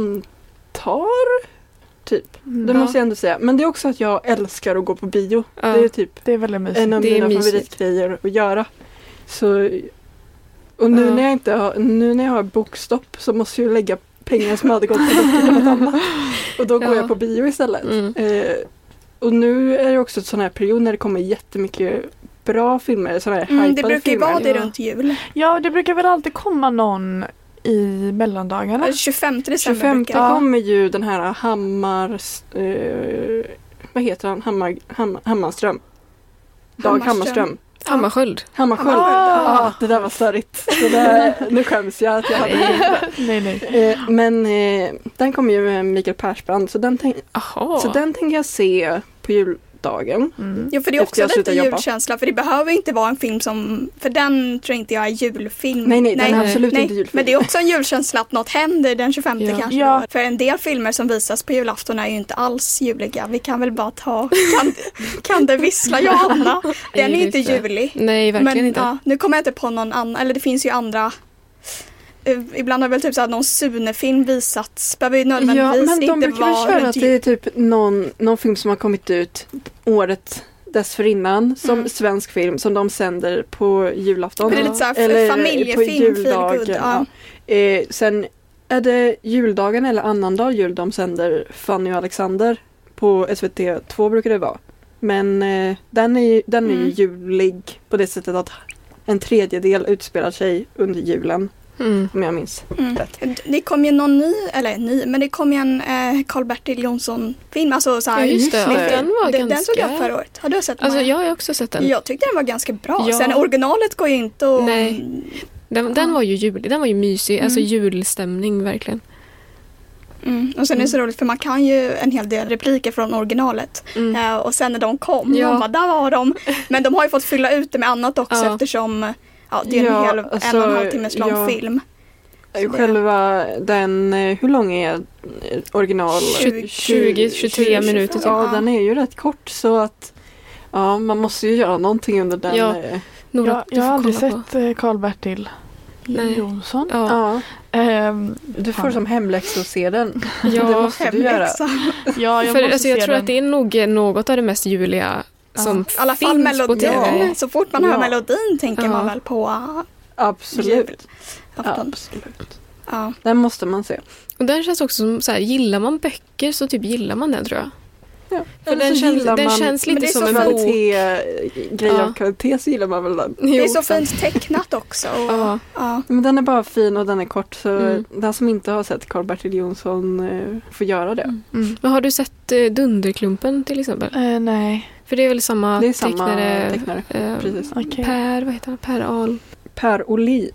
antar typ, det Ja. måste jag ändå säga. Men det är också att jag älskar att gå på bio. ja. Det är typ Det är väldigt mysigt. en av Det är mina mysigt. favoritgrejer att göra. Så, och nu, Ja. när jag inte har, nu när jag har bokstopp så måste jag lägga pengar som hade gått på något annat. Och då går Ja. jag på bio istället. Mm. Eh, och nu är det också ett sån här period när det kommer jättemycket bra filmer, såna här Mm, det hypade brukar ju filmer. vara det Ja. runt jul. Ja, det brukar väl alltid komma någon i mellandagarna. tjugofemte december tjugofemte brukar det. kommer ju den här Hammars... Eh, vad heter han? Hammar, Ham, Hammarström. Dag Hammarström. Hammarström. Hammarskjöld. Hammarskjöld. Ah. Ah, det där var störigt. Det där, nu skäms jag att jag hade det. Nej, nej. Eh, men eh, den kommer ju med Mikael Persbrandt så den, tänk, Jaha. så den tänker jag se på juldagen. Mm. Jo, för det är Efter också jag lite slutar jobba. julkänsla, för det behöver inte vara en film som, för den tror inte jag är julfilm. Nej, nej, den är nej, absolut nej, inte julfilm. Men det är också en julkänsla att något händer den tjugofemte Ja. kanske. Ja. Då. För en del filmer som visas på julafton är ju inte alls juliga. Vi kan väl bara ta Kan, kan det vissla Johanna? Den är Nej, inte just det. julig. Nej, verkligen Men inte. ja, nu kommer jag inte på någon annan, eller det finns ju andra. Uh, ibland har väl typ så att någon Sune-film visats. Behöver ju Ja, nödvändigtvis men de inte brukar väl vara köra runt att det jul. är typ någon, någon film som har kommit ut året dessförinnan som Mm. svensk film som de sänder på julafton. Det är lite så här Eller familjefilm, på feel juldagen, good. Ja. ja. Eh, sen är det juldagen eller annandag jul de sänder Fanny och Alexander på S V T två brukar det vara. Men eh, den är ju den är ju Mm. julig på det sättet att en tredjedel utspelar sig under julen Mm. om jag minns Mm. rätt. Det kom ju någon ny, eller ny, men det kom ju en eh, Karl-Bertil Jonsson-film. Alltså så här, Ja, just det. just det. Den var den, den såg jag ganska... förra året. Har du sett den? Alltså, Maja? jag har ju också sett den. Jag tyckte den var ganska bra. Ja. Sen originalet går ju inte att... Nej. Den, den var ju julig. Den var ju mysig. Alltså Mm. julstämning verkligen. Mm. Och sen är det så roligt för man kan ju en hel del repliker från originalet. Mm. Eh, och sen när de kom, Ja. man bara, där var de. Men de har ju fått fylla ut det med annat också Ja. eftersom ja, det är en Ja, hel alltså, en och en halv timmes lång ja. film. Så det- Själva den, eh, hur lång är eh, original? Tjugo- tjugo, tjugotre minuter typ. Ja, Ja. den är ju rätt kort så att ja, man måste ju göra någonting under den. Ja. eh, Nora, Jag, du jag har får aldrig kolla på. sett eh, Karl-Bertil Nej. Jonsson. Ja. Ja, Ehm, du får fan. som hemläxa att se den. Ja. Det måste du göra. Hemläxa. Ja, jag För, måste alltså, jag se tror den. att det är nog något av det mest juliga som I alla fall finns på melodin. tv. Så fort man Ja. hör melodin tänker Ja. man väl på uh, Absolut. afton. Absolut. Ja. Den måste man se. Och den känns också som så här, gillar man böcker så typ gillar man den tror jag. Ja. För Eller den så känns, gillar den man känns Men lite det är som så en fint. bok. kvalitet, grej Ja. av kvalitet så gillar man väl den. Det är Jo, så sen- fint tecknat också. Och, Ja. ja. Men den är bara fin och den är kort så Mm. den som inte har sett Karl-Bertil Jonsson eh, får göra det. Mm. Mm. Men har du sett eh, Dunderklumpen till exempel? Eh, nej, För det är väl samma Det är samma tecknare. tecknare, eh, precis. okej. Per, vad heter han? Per Ahl. Per Oli.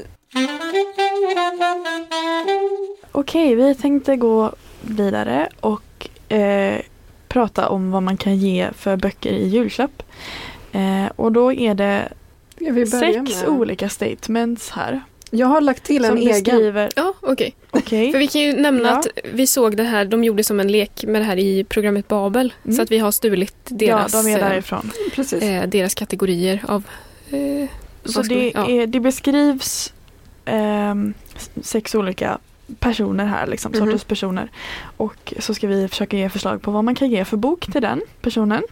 Okej, vi tänkte gå vidare och eh, prata om vad man kan ge för böcker i julklapp. Eh, och då är det Ska vi börja sex med? olika statements här. Jag har lagt till en som egen. beskriver... Ja, okej. Okej. För vi kan ju nämna Ja. att vi såg det här, de gjorde som en lek med det här i programmet Babel. Mm. Så att vi har stulit deras, Ja, de är eh, därifrån. Precis. eh, deras kategorier av... Eh, Så vad ska det, man- ja. är, det beskrivs ehm, sex olika personer här, liksom, Mhm. sorters personer. Och så ska vi försöka ge förslag på vad man kan ge för bok till den personen.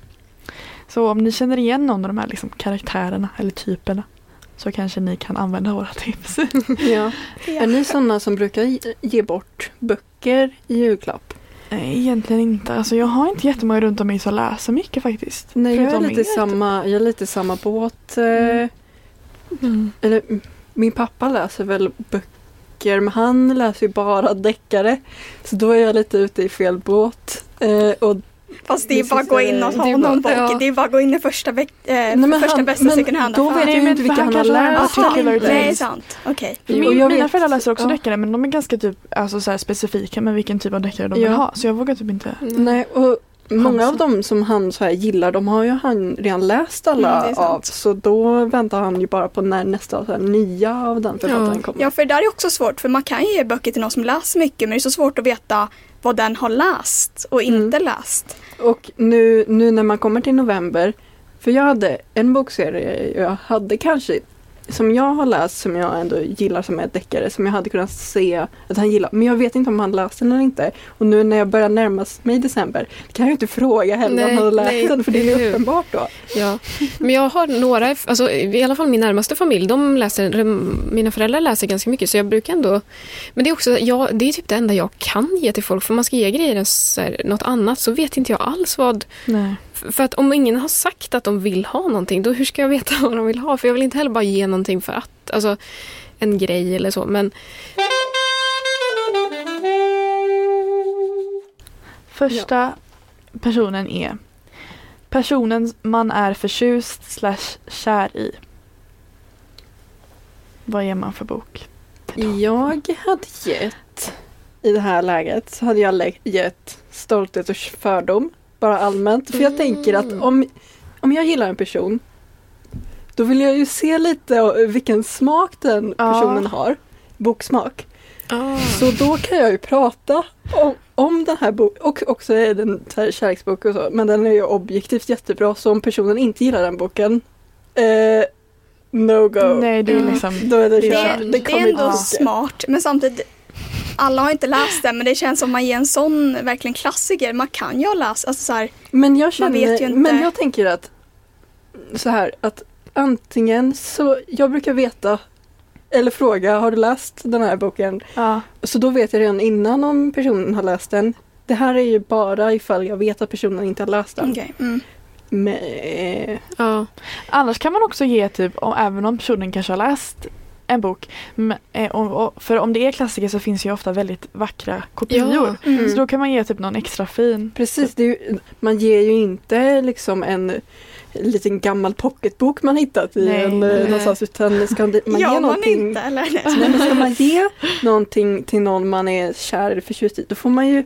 Så om ni känner igen någon av de här liksom, karaktärerna eller typerna så kanske ni kan använda våra tips. Ja. Är ni sådana som brukar ge- ge bort böcker i julklapp? Nej, egentligen inte. Alltså, jag har inte jättemånga runt om mig som läser mycket faktiskt. Nej, jag är Förutom lite er. samma, jag är lite samma båt. eh, Mm. Mm. Eller, mm, min pappa läser väl böcker, men han läser ju bara deckare. Så då är jag lite ute i fel båt. Eh, och Fast det är Det bara att gå in och är- ta det är någon bara- bok. ja. Det är bara att gå in i första, veck- eh, Nej, men första han- bästa men second hand. då vet jag ju inte vilka han har läst. Jaha, eller inte. Nej, sant. Okej. Jo, Min, jag mina vet- föräldrar läser också ja. deckare, men de är ganska typ, alltså, så här specifika med vilken typ av deckare de Ja. vill ha. Så jag vågar typ inte. Nej, och många Chansa. av dem som han så här gillar, de har ju han redan läst alla Mm, det är sant. av. Så då väntar han ju bara på när nästa så här, nya av den författaren Ja. kommer. Ja, för det där är också svårt. För man kan ju ge böcker till någon som läser mycket, men det är så svårt att veta vad den har läst och inte Mm. läst. Och nu, nu när man kommer till november, för jag hade en bokserie jag hade kanske, som jag har läst, som jag ändå gillar som är deckare, som jag hade kunnat se att han gillar. Men jag vet inte om han läst den eller inte. Och nu när jag börjar närma mig i december kan jag ju inte fråga heller Nej, om han har läst nej, den, för det är eller ju hur? uppenbart då. Ja, men jag har några, alltså i alla fall min närmaste familj, de läser, mina föräldrar läser ganska mycket så jag brukar ändå, men det är också, ja, det är typ det enda jag kan ge till folk, för man ska ge grejer så här, något annat så vet inte jag alls vad, Nej. för att om ingen har sagt att de vill ha någonting, då hur ska jag veta vad de vill ha, för jag vill inte heller bara ge någonting för att, alltså en grej eller så, men Första personen är personen man är förtjust slash kär i. Vad ger man för bok? Jag hade gett, i det här läget, så hade jag lä- gett stolthet och fördom, bara allmänt. För jag tänker att om, om jag gillar en person, då vill jag ju se lite av vilken smak den Ja. personen har, boksmak. ah, Så då kan jag ju prata om, om den här boken, och också är den så här kärleksbok och så, men den är ju objektivt jättebra, så om personen inte gillar den boken, eh, no go. Nej, det är Ja. liksom... Då är det, Det, kört. det, det är kommer ändå inte funka. smart, men samtidigt, alla har inte läst den, men det känns som man ger en sån verkligen klassiker. Man kan ju ha läst, alltså så här, Men jag känner, vet ju inte. men jag tänker att så här, att antingen så, jag brukar veta eller fråga, har du läst den här boken? Ja. Så då vet jag redan innan om personen har läst den. Det här är ju bara ifall jag vet att personen inte har läst den. okej. Mm. Men, eh, ja. Annars kan man också ge typ, om, även om personen kanske har läst en bok. Men, eh, och, och, för om det är klassiker så finns ju ofta väldigt vackra kopior. Ja. Mm. Så då kan man ge typ någon extra fin. precis, det är ju, man ger ju inte liksom en liten gammal pocketbok man hittat i Nej, en, nej. eh, någonstans, utan ska man Gör ge man någonting. inte, eller? Nej, men ska man ge någonting till någon man är kär eller förtjust i, då får man ju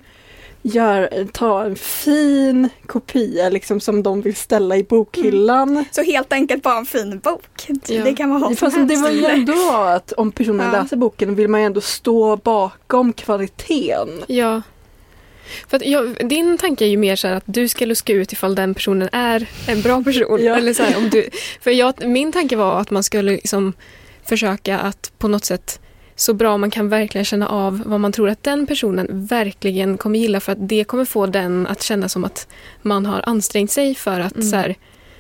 gör, ta en fin kopia liksom, som de vill ställa i bokhyllan. Så helt enkelt bara en fin bok. Ja. Det kan man ha som Fast det var ju helst. ändå att om personen Ja. läser boken vill man ju ändå stå bakom kvaliteten. Ja. För att jag, din tanke är ju mer så här att du ska luska ut ifall den personen är en bra person. Ja. Eller så här, om du, för jag, min tanke var att man skulle liksom försöka att på något sätt så bra man kan verkligen känna av vad man tror att den personen verkligen kommer gilla, för att det kommer få den att känna som att man har ansträngt sig för att Mm. så här,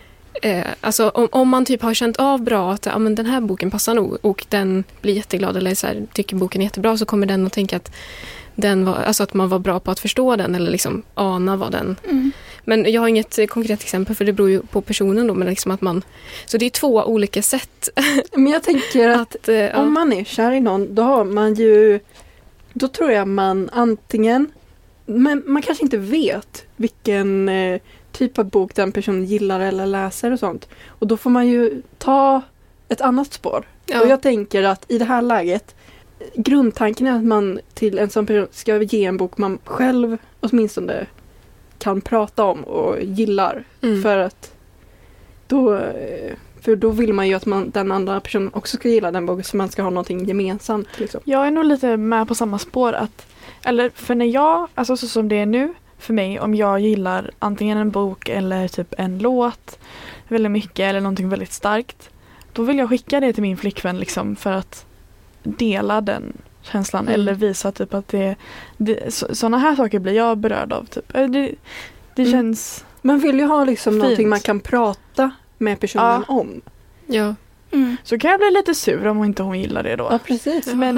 eh, alltså om, om man typ har känt av bra att ja, men den här boken passar nog och den blir jätteglad eller så här, tycker boken är jättebra, så kommer den att tänka att den var, alltså att man var bra på att förstå den eller liksom ana vad den. Mm. Men jag har inget konkret exempel för det beror ju på personen då, men liksom att man, så det är två olika sätt Men jag tänker att att, eh, ja. om man är kär i någon, då har man ju, då tror jag man antingen, men man kanske inte vet vilken eh, typ av bok den personen gillar eller läser och sånt. Och då får man ju ta ett annat spår. Ja. Och jag tänker att i det här läget, grundtanken är att man till en sån person ska ge en bok man själv åtminstone kan prata om och gillar. Mm. För att då, för då vill man ju att man, den andra personen också ska gilla den boken så man ska ha någonting gemensamt. Liksom. Jag är nog lite med på samma spår. Att, eller för när jag, alltså så som det är nu för mig, om jag gillar antingen en bok eller typ en låt väldigt mycket eller någonting väldigt starkt, då vill jag skicka det till min flickvän liksom, för att dela den känslan mm. eller visa typ att det, det så, sådana här saker blir jag berörd av. Typ. Det, det mm. känns man vill ju ha liksom fint. Någonting man kan prata med personen ja. om. Ja. Mm. Så kan jag bli lite sur om inte hon gillar det då. Ja, precis. Men,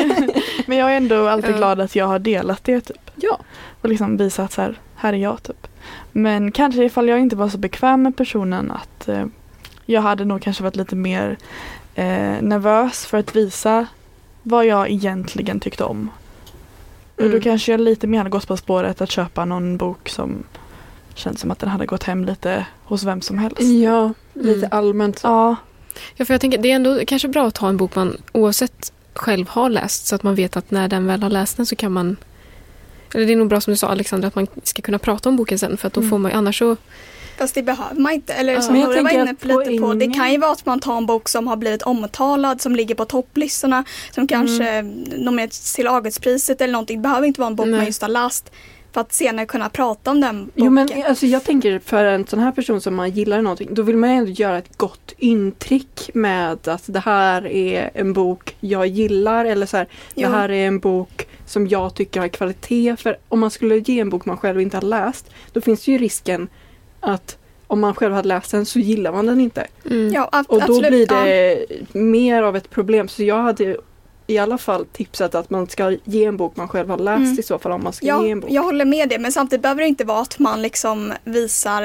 men jag är ändå alltid ja. glad att jag har delat det typ. Ja. Och liksom visat så här, här är jag typ. Men kanske ifall jag inte var så bekväm med personen att eh, jag hade nog kanske varit lite mer eh, nervös för att visa vad jag egentligen tyckte om. Mm. Och då kanske jag lite mer hade gått på spåret att köpa någon bok som känns som att den hade gått hem lite hos vem som helst. Ja, lite mm. allmänt så. Ja. Ja, för jag tänker det är ändå kanske bra att ha en bok man oavsett själv har läst så att man vet att när den väl har läst den så kan man, eller det är nog bra som du sa Alexandra, att man ska kunna prata om boken sen för att då mm. får man annars så. Fast det behöver man inte. Eller som ja, Nora var inne på lite på. Det kan ju vara att man tar en bok som har blivit omtalad, som ligger på topplistorna, som kanske mm. nomineras till Augustpriset eller någonting. Det behöver inte vara en bok Nej. man just har läst för att senare kunna prata om den boken. Jo, men alltså, jag tänker för en sån här person som man gillar någonting, då vill man ändå göra ett gott intryck med att det här är en bok jag gillar eller så här, det här är en bok som jag tycker har kvalitet. För om man skulle ge en bok man själv inte har läst, då finns ju risken att om man själv hade läst den så gillar man den inte. Mm. Ja, ab- och då absolut, blir det ja. mer av ett problem. Så jag hade i alla fall tipsat att man ska ge en bok man själv har läst mm. i så fall om man ska ja, ge en bok. Jag håller med det, men samtidigt behöver det inte vara att man liksom visar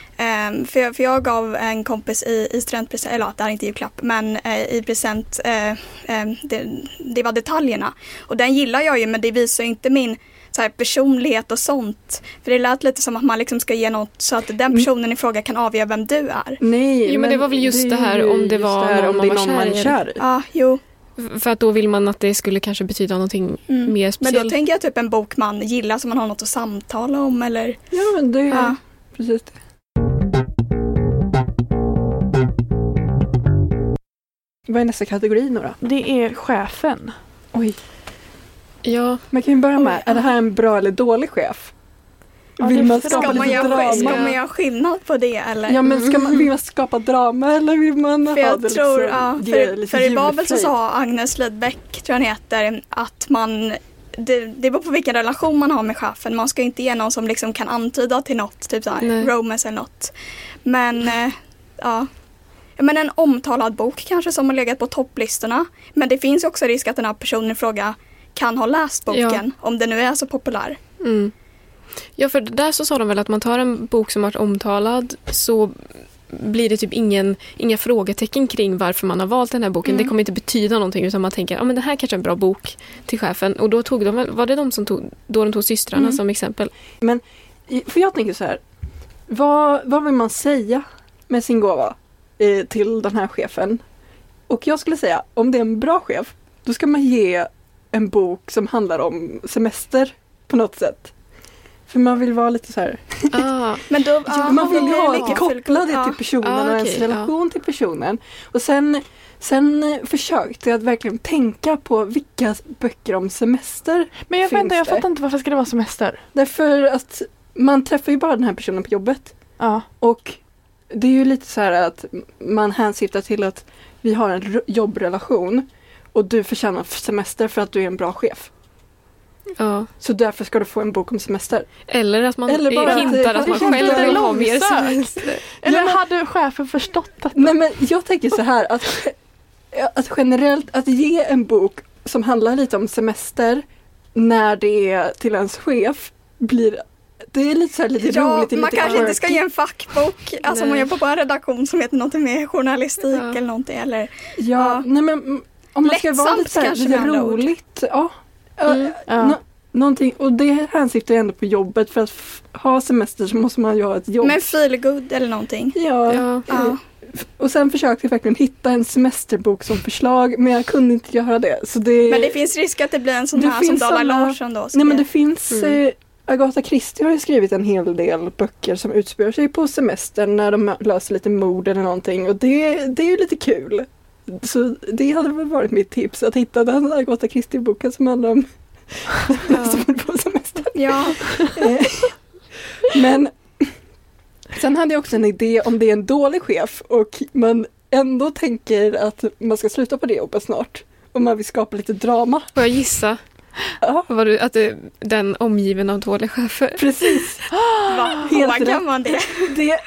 um, för, jag, för jag gav en kompis i, i studentpresent, eller att det här är inte julklapp, men uh, i present uh, um, det, det var detaljerna. Och den gillar jag ju, men det visar inte min så här, personlighet och sånt. För det lät lite som att man liksom ska ge något så att den personen i fråga kan avgöra vem du är. Nej, jo, men, men det var väl just det, det här om det var det här, någon om man det är någon var man är kär i. Ja, jo. För att då vill man att det skulle kanske betyda någonting mm. mer speciellt. Men då tänker jag typ en bok man gillar som man har något att samtala om eller... Ja, men det är ja. precis det. Vad är nästa kategori, Nora? Det är chefen. Oj. Ja. Man kan ju börja med, Oj, är det här en bra eller dålig chef? Ja, vill man ska skapa man, lite göra, drama? ska man göra skillnad på det eller? Ja, men ska man, vill man skapa drama eller vill man för ha jag det tror, liksom, ja, ge för, lite för i Babel så julfröjd? sa Agnes Lidbeck, tror jag han heter, att man det, det beror på vilken relation man har med chefen. Man ska inte ge någon som liksom kan antyda till något, typ såhär, romance eller något. Men eh, ja men en omtalad bok kanske som har legat på topplistorna. Men det finns också risk att den här personen i fråga kan ha läst boken, ja. Om den nu är så populär. Mm. Ja, för där så sa de väl att man tar en bok som varit omtalad så blir det typ ingen, inga frågetecken kring varför man har valt den här boken. Mm. Det kommer inte betyda någonting utan man tänker, ja ah, men det här kanske är en bra bok till chefen. Och då tog de, var det de som tog, då de tog systrarna mm. som exempel? Men, för jag tänker så här, vad, vad vill man säga med sin gåva eh, till den här chefen? Och jag skulle säga, om det är en bra chef, då ska man ge en bok som handlar om semester på något sätt. För man vill vara lite så här. Ah. Men då, ja, ah, man vill ju ha lite koppla det ah. till personen ah, och okay, ens relation ah. till personen. Och sen, sen försökte jag att verkligen tänka på vilka böcker om semester Men jag, finns vänta, jag det. fattar inte varför ska det vara semester. Därför att man träffar ju bara den här personen på jobbet. Ja. Och det är ju lite så här att man hänsyftar till att vi har en jobbrelation och du förtjänar semester för att du är en bra chef. Ja. Så därför ska du få en bok om semester. Eller att man Eller bara hintar att, att man det själv vill ha mer långsökt. semester. Eller ja, men, hade chefen förstått detta? Nej, men jag tänker så här att, att generellt att ge en bok som handlar lite om semester när det är till ens chef blir det är lite så här lite ja, roligt. Man lite kanske quirky. inte ska ge en fackbok. Alltså Nej. man jobbar på en redaktion som heter något med journalistik ja. eller någonting. Eller, Ja, ja. nej men om man ska vara Lättsamt lite, så här, kanske lite med andra ord. roligt. Ja, Mm. ja. Nå- någonting, och det hänsyftar ju ändå på jobbet. För att f- ha semester så måste man ju ha ett jobb. Men feel good eller någonting. Ja, Ja. Ja. och sen försökte jag verkligen hitta en semesterbok som förslag, men jag kunde inte göra det. Så det Men det finns risk att det blir en sån Det här som finns Dalai såna- Larsson då. Nej, men det finns Mm. eh, Agatha Christie har ju skrivit en hel del böcker som utspelar sig på semestern när de löser lite mord eller någonting. Och det, det är ju lite kul. Så det hade väl varit mitt tips, att hitta den Agatha Christie-boken som handlar om Ja. som är på semestern. Ja. Men sen hade jag också en idé om det är en dålig chef och man ändå tänker att man ska sluta på det jobbet snart. Och man vill skapa lite drama. Får jag gissa? Ja, Var du, att det, den omgiven av dåliga chefer? precis. Va? Helt Vågar rätt. man det? Det,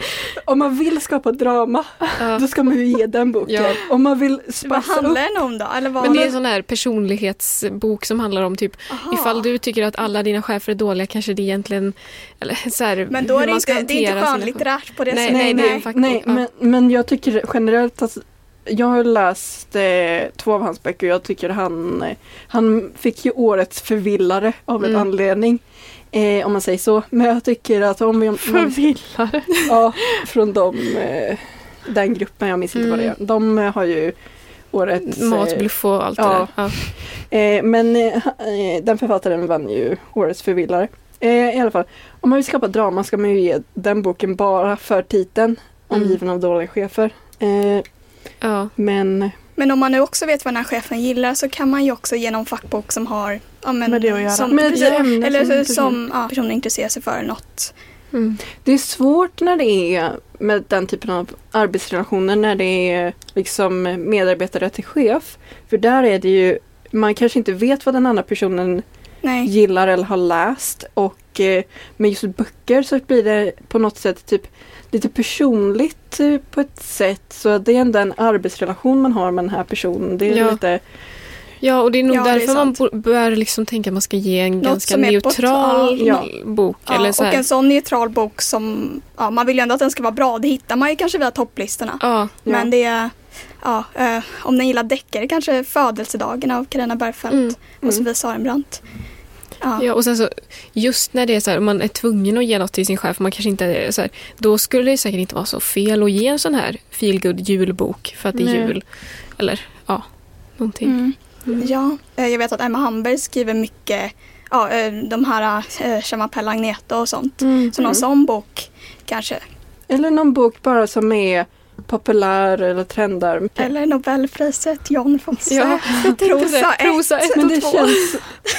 om man vill skapa drama, Ja. då ska man ju ge den boken. Ja. Om man vill Vad spassa upp. handlar den om då? Eller vad? Men det är en sån här personlighetsbok som handlar om typ Aha. ifall du tycker att alla dina chefer är dåliga kanske det egentligen eller så här, Men då hur är det man ska inte, det är inte hantera sina- skönlitterärt på det Nej, sättet. nej, det är en fackbok. Nej, Ja. men, men jag tycker generellt att jag har läst eh, två av hans böcker och jag tycker han, eh, han fick ju årets förvillare av en Mm. anledning. Eh, om man säger så. Men jag tycker att om vi... Om, om vi Förvillare. ja, från de, eh, den gruppen, jag minns inte vad det är. De eh, har ju årets... eh, Matbluff och allt ja. det där. Ja. Eh, men eh, eh, den författaren vann ju årets förvillare. Eh, I alla fall, om man vill skapa drama ska man ju ge den boken bara för titeln. Omgiven av dåliga chefer. Eh, Ja. men Men om man nu också vet vad den här chefen gillar så kan man ju också ge någon fackbok som har ja, men, Med det att göra. som, Med precis, det ämne eller som som, personen- som ja, personen intresserar sig för något. Mm. det är svårt när det är med den typen av arbetsrelationer, när det är liksom medarbetare till chef. För där är det ju, man kanske inte vet vad den andra personen Nej. gillar eller har läst. Och eh, med just böcker så blir det på något sätt typ lite personligt eh, på ett sätt. Så det är ändå en arbetsrelation man har med den här personen. Det är Ja. lite... Ja, och det är nog Ja, det är därför man sant. bo- bör liksom tänka att man ska ge en Något ganska som är på- neutral ja. bok. Ja, eller så och här. en sån neutral bok som, ja, man vill ju ändå att den ska vara bra. Det hittar man ju kanske via topplistorna. Ja, Men det är, ja, eh, om den gillar deckare kanske Födelsedagen av Carina Bergfeldt Mm. och Sofie Sarenbrant. Ja. ja, och sen så just när det är så här, om man är tvungen att ge något till sin chef, man kanske inte är så här, då skulle det säkert inte vara så fel att ge en sån här feelgood julbok för att det är Nej. jul. Eller ja, någonting. Mm. Mm. Ja, eh, jag vet att Emma Hamberg skriver mycket, ja, eh, de här eh, Chamapelle Agneta och sånt. Mm. Så någon sån bok kanske. Eller någon bok bara som är populär eller trendar. Eller Nobelpriset, John Fosse. Ja, Prosa ett. Prosa ett Men och det två. känns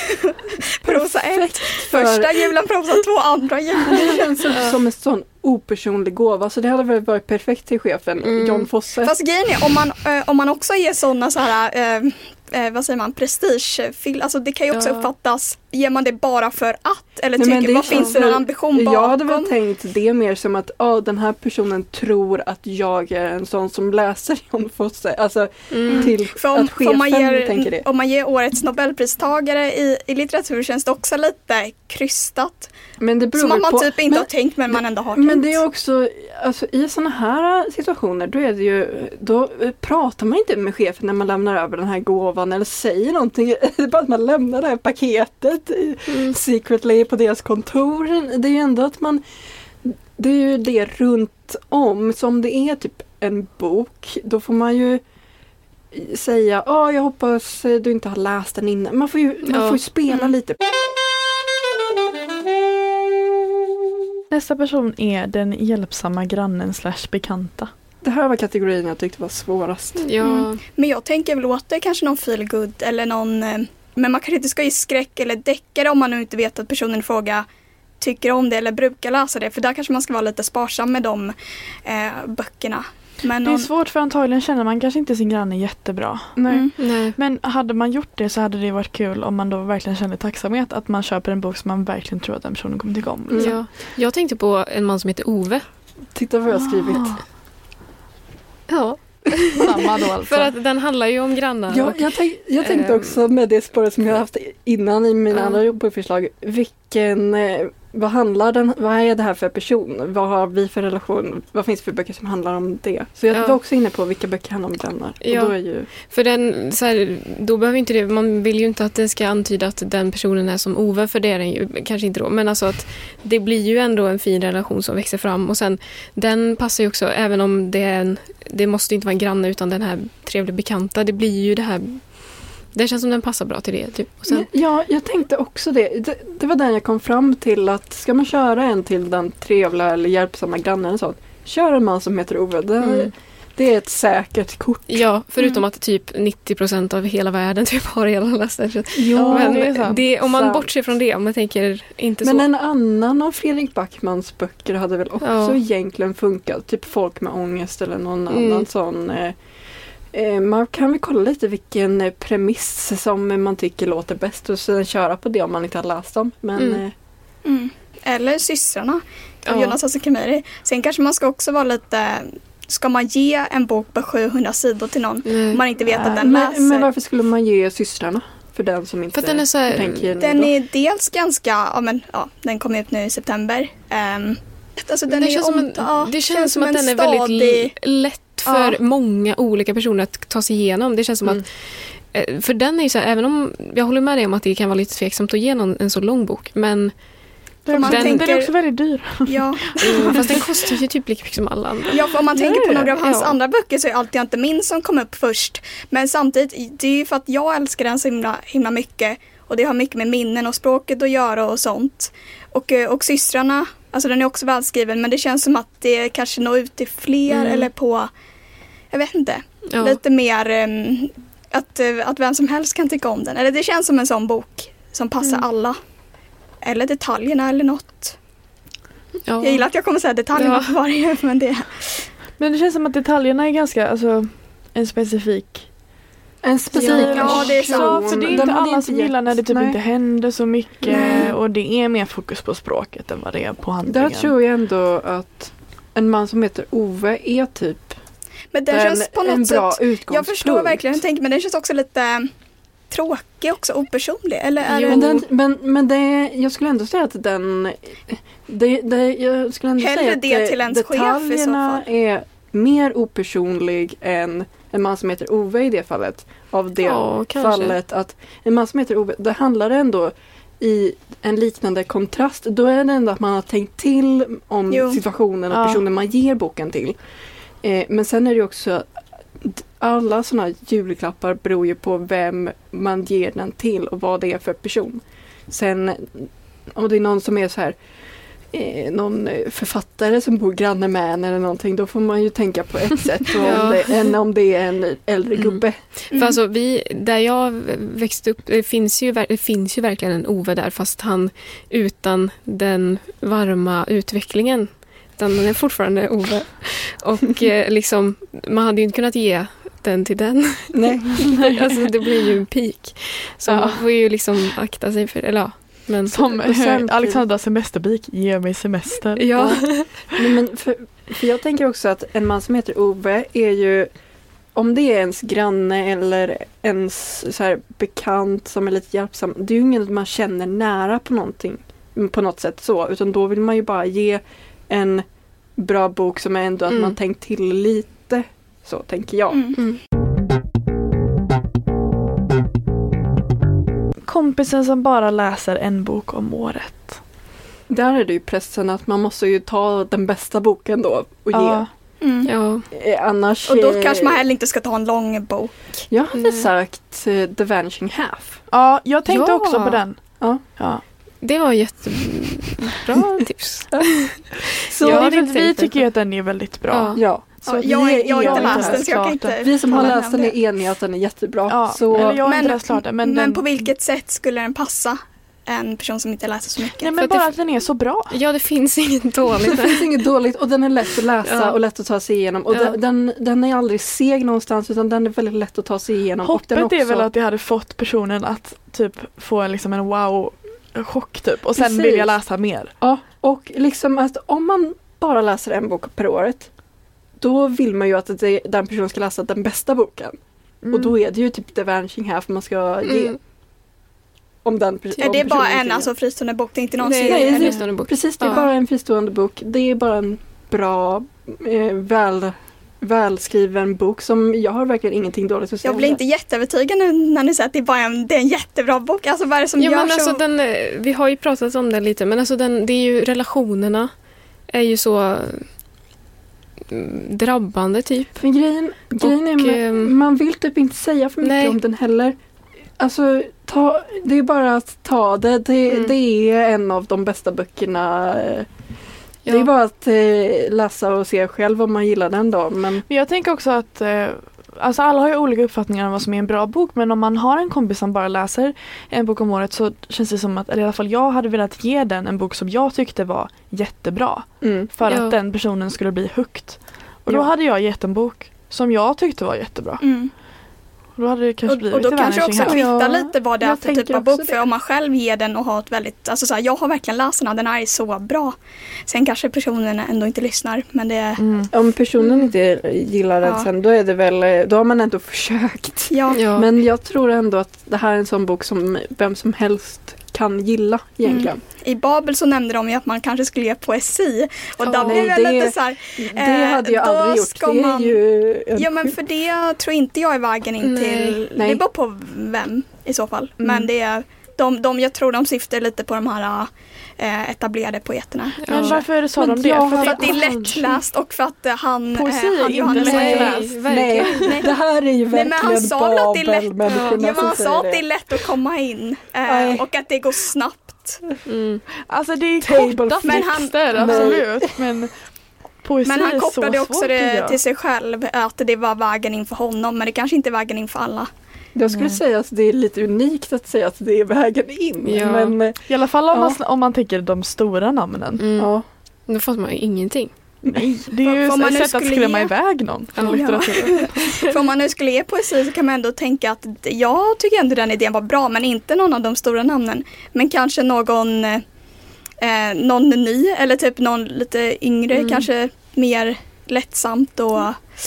Prosa ett. perfekt för... Första julen, prosa två, andra julen. Det känns som, som en sån opersonlig gåva. Så det hade väl varit perfekt till chefen, Mm. John Fosse. Fast grejen är, om man, eh, om man också ger sådana så här, eh, eh, vad säger man, prestigefilm, alltså det kan ju också Ja. uppfattas, ger man det bara för att? Eller Nej, men tycker, det vad känns finns det någon väl- ambition bakom? Jag hade väl tänkt det mer som att oh, den här personen tror att jag är en sån som läser John Fosse. Alltså Mm. till För om, att för chefen om, man tänker det. ger, om man ger årets Nobelpristagare i, i litteratur känns det också lite krystat. Men det beror Som att väl man på... typ inte men, har tänkt men man ändå har tänkt. men det är också, alltså i sådana här situationer då är det ju, då eh, pratar man inte med chefen när man lämnar över den här gåvan eller säger någonting. Det är bara att man lämnar det här paketet i- Mm. secretly på deras kontor. Det är ju ändå att man, det är ju det runt om. Så om det är typ en bok, då får man ju säga, ja jag hoppas du inte har läst den innan. Man får ju, man Ja. får ju spela Mm. lite. Nästa person är den hjälpsamma grannen slash bekanta. Det här var kategorin jag tyckte var svårast. Ja, Mm. Men jag tänker väl åt det kanske någon feel good eller någon, eh, men man kanske inte ska ge skräck eller deckare om man nu inte vet att personen i fråga tycker om det eller brukar läsa det. För där kanske man ska vara lite sparsam med de eh, böckerna. Men Det är någon, svårt för antagligen känner man kanske inte sin granne jättebra. Nej. Mm. nej. Men hade man gjort det så hade det varit kul om man då verkligen kände tacksamhet att man köper en bok som man verkligen tror att den personen kommer tycka om. liksom. Ja. Jag tänkte på en man som heter Ove. Titta vad jag har skrivit. Ah, Ja. samma då alltså. För att den handlar ju om grannar. Ja, och, jag, tänk, jag tänkte ehm, också med det spåret som jag haft innan i mina Ja. andra jobbförslag. Vilken, eh, vad handlar den, vad är det här för person? Vad har vi för relation? Vad finns det för böcker som handlar om det? Så jag Ja. var också inne på vilka böcker handlar om grannar. Ja. Och då är ju, För den, så här, då behöver inte det, man vill ju inte att det ska antyda att den personen är som Ove, för det är den ju kanske inte då. Men alltså att det blir ju ändå en fin relation som växer fram. Och sen, den passar ju också, även om det är en, det måste inte vara en granne utan den här trevliga bekanta. Det blir ju det här det känns som den passar bra till det. Typ. Och sen, ja, jag tänkte också det. det. Det var den jag kom fram till att ska man köra en till den trevliga eller hjälpsamma grannen och sånt, kör en man som heter Ove. Det, mm. det är ett säkert kort. Ja, förutom mm. att typ nittio procent av hela världen typ har redan läst den. Jo, men det är sant. Det, om man sant. bortser från det, om man tänker inte men så. Men en annan av Fredrik Backmans böcker hade väl också ja. egentligen funkat. Typ Folk med ångest eller någon Mm. annan sån. Eh, eh, man kan väl kolla lite vilken eh, premiss som man tycker låter bäst och sen köra på det om man inte har läst dem. Men, Mm. eh, Mm. Eller Systrarna av Ja. Jonas Hasselkamiri. Sen kanske man ska också vara lite... Ska man ge en bok på sjuhundra sidor till någon Nej. om man inte vet att den men, läser? men varför skulle man ge Systrarna? För den som inte För att den är så här- tänker Den då. är dels ganska... Ja, men, ja, den kom ut nu i september. Um, alltså, den det är känns som, en, om, ja, det känns som att en den är väldigt stadig- l- lätt för Ja. många olika personer att ta sig igenom. Det känns som Mm. att eh, för den är ju så här, även om jag håller med dig om att det kan vara lite tveksamt att ge någon en så lång bok, men Den, man den, tänker- den är också väldigt dyr. Ja. mm, fast den kostar ju typ lika mycket som alla andra. Ja, för om man Gör tänker på det? några av hans Ja. andra böcker så är alltid inte min som kom upp först. Men samtidigt, det är ju för att jag älskar den så himla, himla mycket. Och det har mycket med minnen och språket att göra och sånt. Och, eh, och Systrarna, alltså den är också välskriven, men det känns som att det kanske når ut till fler Mm. eller på, jag vet inte, Ja. lite mer um, att, uh, att vem som helst kan tycka om den. Eller det känns som en sån bok som passar Mm. alla. Eller detaljerna eller något. Ja. Jag gillar att jag kommer säga detaljerna Ja. för varje, men det... Men det känns som att detaljerna är ganska, alltså en specifik. En specifik Ja, det är sant. Ja, för det är Den inte hade alla som gett- gillar när det typ nej. inte händer så mycket Nej. och det är mer fokus på språket än vad det är på handlingen. Där tror jag ändå att en man som heter Ove är typ Men den en, känns på en något bra sätt... utgångspunkt. Jag förstår verkligen hur du tänker, men den känns också lite tråkig också, opersonlig. Eller är Jo. det... Men, den, men, men det, jag skulle ändå säga att den... Det, det, jag skulle ändå Hellre säga att det till ens chef i så detaljerna fall. är mer opersonlig än en man som heter Ove i det fallet. Av det Ja, kanske. fallet att en man som heter Ove, det handlar ändå i en liknande kontrast. Då är det ändå att man har tänkt till om Jo. situationen och Ja. personen man ger boken till. Eh, men sen är det ju också alla sådana julklappar beror ju på vem man ger den till och vad det är för person. Sen om det är någon som är så här eh, någon författare som bor granne med en eller någonting, då får man ju tänka på ett sätt och Ja. om det, än om det är en äldre Mm. gubbe. Mm. För alltså vi, där jag växte upp, det finns, ju, ver- det finns ju verkligen en Ove där, fast han utan den varma utvecklingen. Den är fortfarande Ove. Och eh, liksom, man hade ju inte kunnat ge den till den. Nej. Alltså det blir ju en peak. Så Ja. man får ju liksom akta sig för, eller ja. Men, Som Och sen- eh, Alexandras semesterbik, ge mig semester. ja. Nej, men för, för jag tänker också att en man som heter Ove är ju, om det är ens granne eller ens så här bekant som är lite hjälpsam, det är ju ingen man känner nära på någonting, på något sätt så, utan då vill man ju bara ge en bra bok som är ändå att Mm. man tänkt till lite, så tänker jag. Mm. Mm. Kompisen som bara läser en bok om året. Där är det ju pressen att man måste ju ta den bästa boken då och Ja. Mm. Ja. ge. Eh, annars... Och då eh, kanske man heller inte ska ta en lång bok. Jag hade Nej. sagt eh, The Vanishing Half. Ja, jag tänkte Ja. också på den. Ja. Ja. Det var jättebra tips. Så Ja, hade vi, inte vi tänkt tycker ju att den är väldigt bra. Ja. Ja. Så Ja, vi jag, är jag har inte eniga. läst den så jag kan klart inte... Vi som har tala läst om den det. är eniga att den är jättebra. Ja, Så, eller jag har inte Men, läst klart den. Men, men, den, på vilket sätt skulle den passa en person som inte läser så mycket? nej, för men att bara det- att den är så bra. Ja, det finns inget dåligt. det finns inget dåligt och den är lätt att läsa Ja. och lätt att ta sig igenom. Och Ja. den, den, den är aldrig seg någonstans utan den är väldigt lätt att ta sig igenom. och den Hoppet också, är väl att det hade fått personen att typ få liksom en wow-chock typ. Och sen Precis. vill jag läsa mer. Ja, och liksom att om man bara läser en bok per året, då vill man ju att det, den personen ska läsa den bästa boken. Mm. Och då är det ju typ The Vanishing Half man ska ge. Mm. Om den, Är om det bara personen en inte- alltså, fristående bok? Det är inte någon Nej, serie? det är en eller? fristående bok. Precis, det är Ja. bara en fristående bok. Det är bara en bra, eh, väl, välskriven bok som jag har verkligen ingenting dåligt att säga Jag blir om inte jätteövertygad nu när ni säger att det är, bara en, det är en jättebra bok. Alltså vad är det som Ja, gör men så... alltså den, eh, vi har ju pratat om det lite, men alltså den, det är ju relationerna är ju så mm, drabbande typ. det. Men grejen, grejen är Och, med, ehm, man vill typ inte säga för mycket nej. om den heller. Alltså, ta, det är bara att ta det. Det, Mm. det är en av de bästa böckerna. Ja. Det är bara att eh, läsa och se själv om man gillar den då. Men Men jag tänker också att eh, alltså alla har ju olika uppfattningar om vad som är en bra bok, men om man har en kompis som bara läser en bok om året så känns det som att, eller i alla fall jag hade velat ge den en bok som jag tyckte var jättebra mm. för Ja. att den personen skulle bli hooked. Och då Ja. hade jag gett en bok som jag tyckte var jättebra. Mm. Och då hade det kanske Och, blivit och då till kanske Vanishing också Half. kvittar Ja, lite vad det är jag för typ tänker av bok. också För det. om man själv ger den och har ett väldigt, alltså så här, jag har verkligen läst den och den här är så bra. Sen kanske personerna ändå inte lyssnar, men det är, Mm. Om personen inte gillar den Ja. sen, då är det väl, då har man ändå försökt. ja. Ja. Men jag tror ändå att det här är en sån bok som vem som helst kan gilla egentligen. I Babel så nämnde de ju att man kanske skulle ge poesi. Och Ja, då blev nej, jag det- lite så här, Det Eh, hade jag då aldrig gjort. ska Det är man- ju en ja men för det tror inte jag är vägen in Nej. till, Nej. det beror på vem i så fall. Mm. Men det är, de, de, jag tror de syftar lite på de här eh, etablerade poeterna. Men kanske. varför sa Men de det? jag För har- För att att det är lättläst och för att eh, han, Poesi är eh, han inte Johannes lättläst. Söderqvist- Nej, verkligen. Nej. Det här är ju Nej, men han verkligen sa väl att det är lätt- Babel-människorna Ja, men som han sa att det är säger det. lätt att komma in eh, Nej. och att det går snabbt. Mm. alltså det är Table korta Men han- texter, absolut. Men poesi Men han är så kopplade svårt, också tycker det jag. till sig själv, att det var vägen in för honom, men det kanske inte är vägen in för alla. Jag skulle Nej. säga att det är lite unikt att säga att det är vägen in. Ja. Men eh, I alla fall om, Ja. man, om man tänker de stora namnen. Mm. ja. Då får man ju ingenting. Nej, det är ju Vad- vad man ett nu sätt att skulle skrämma ge. iväg någon från Ja. litteraturen. För om man nu skulle ge poesi så kan man ändå tänka att jag tycker ändå den idén var bra, men inte någon av de stora namnen. Men kanske någon, eh, någon ny eller typ någon lite yngre, Mm. kanske mer lättsamt och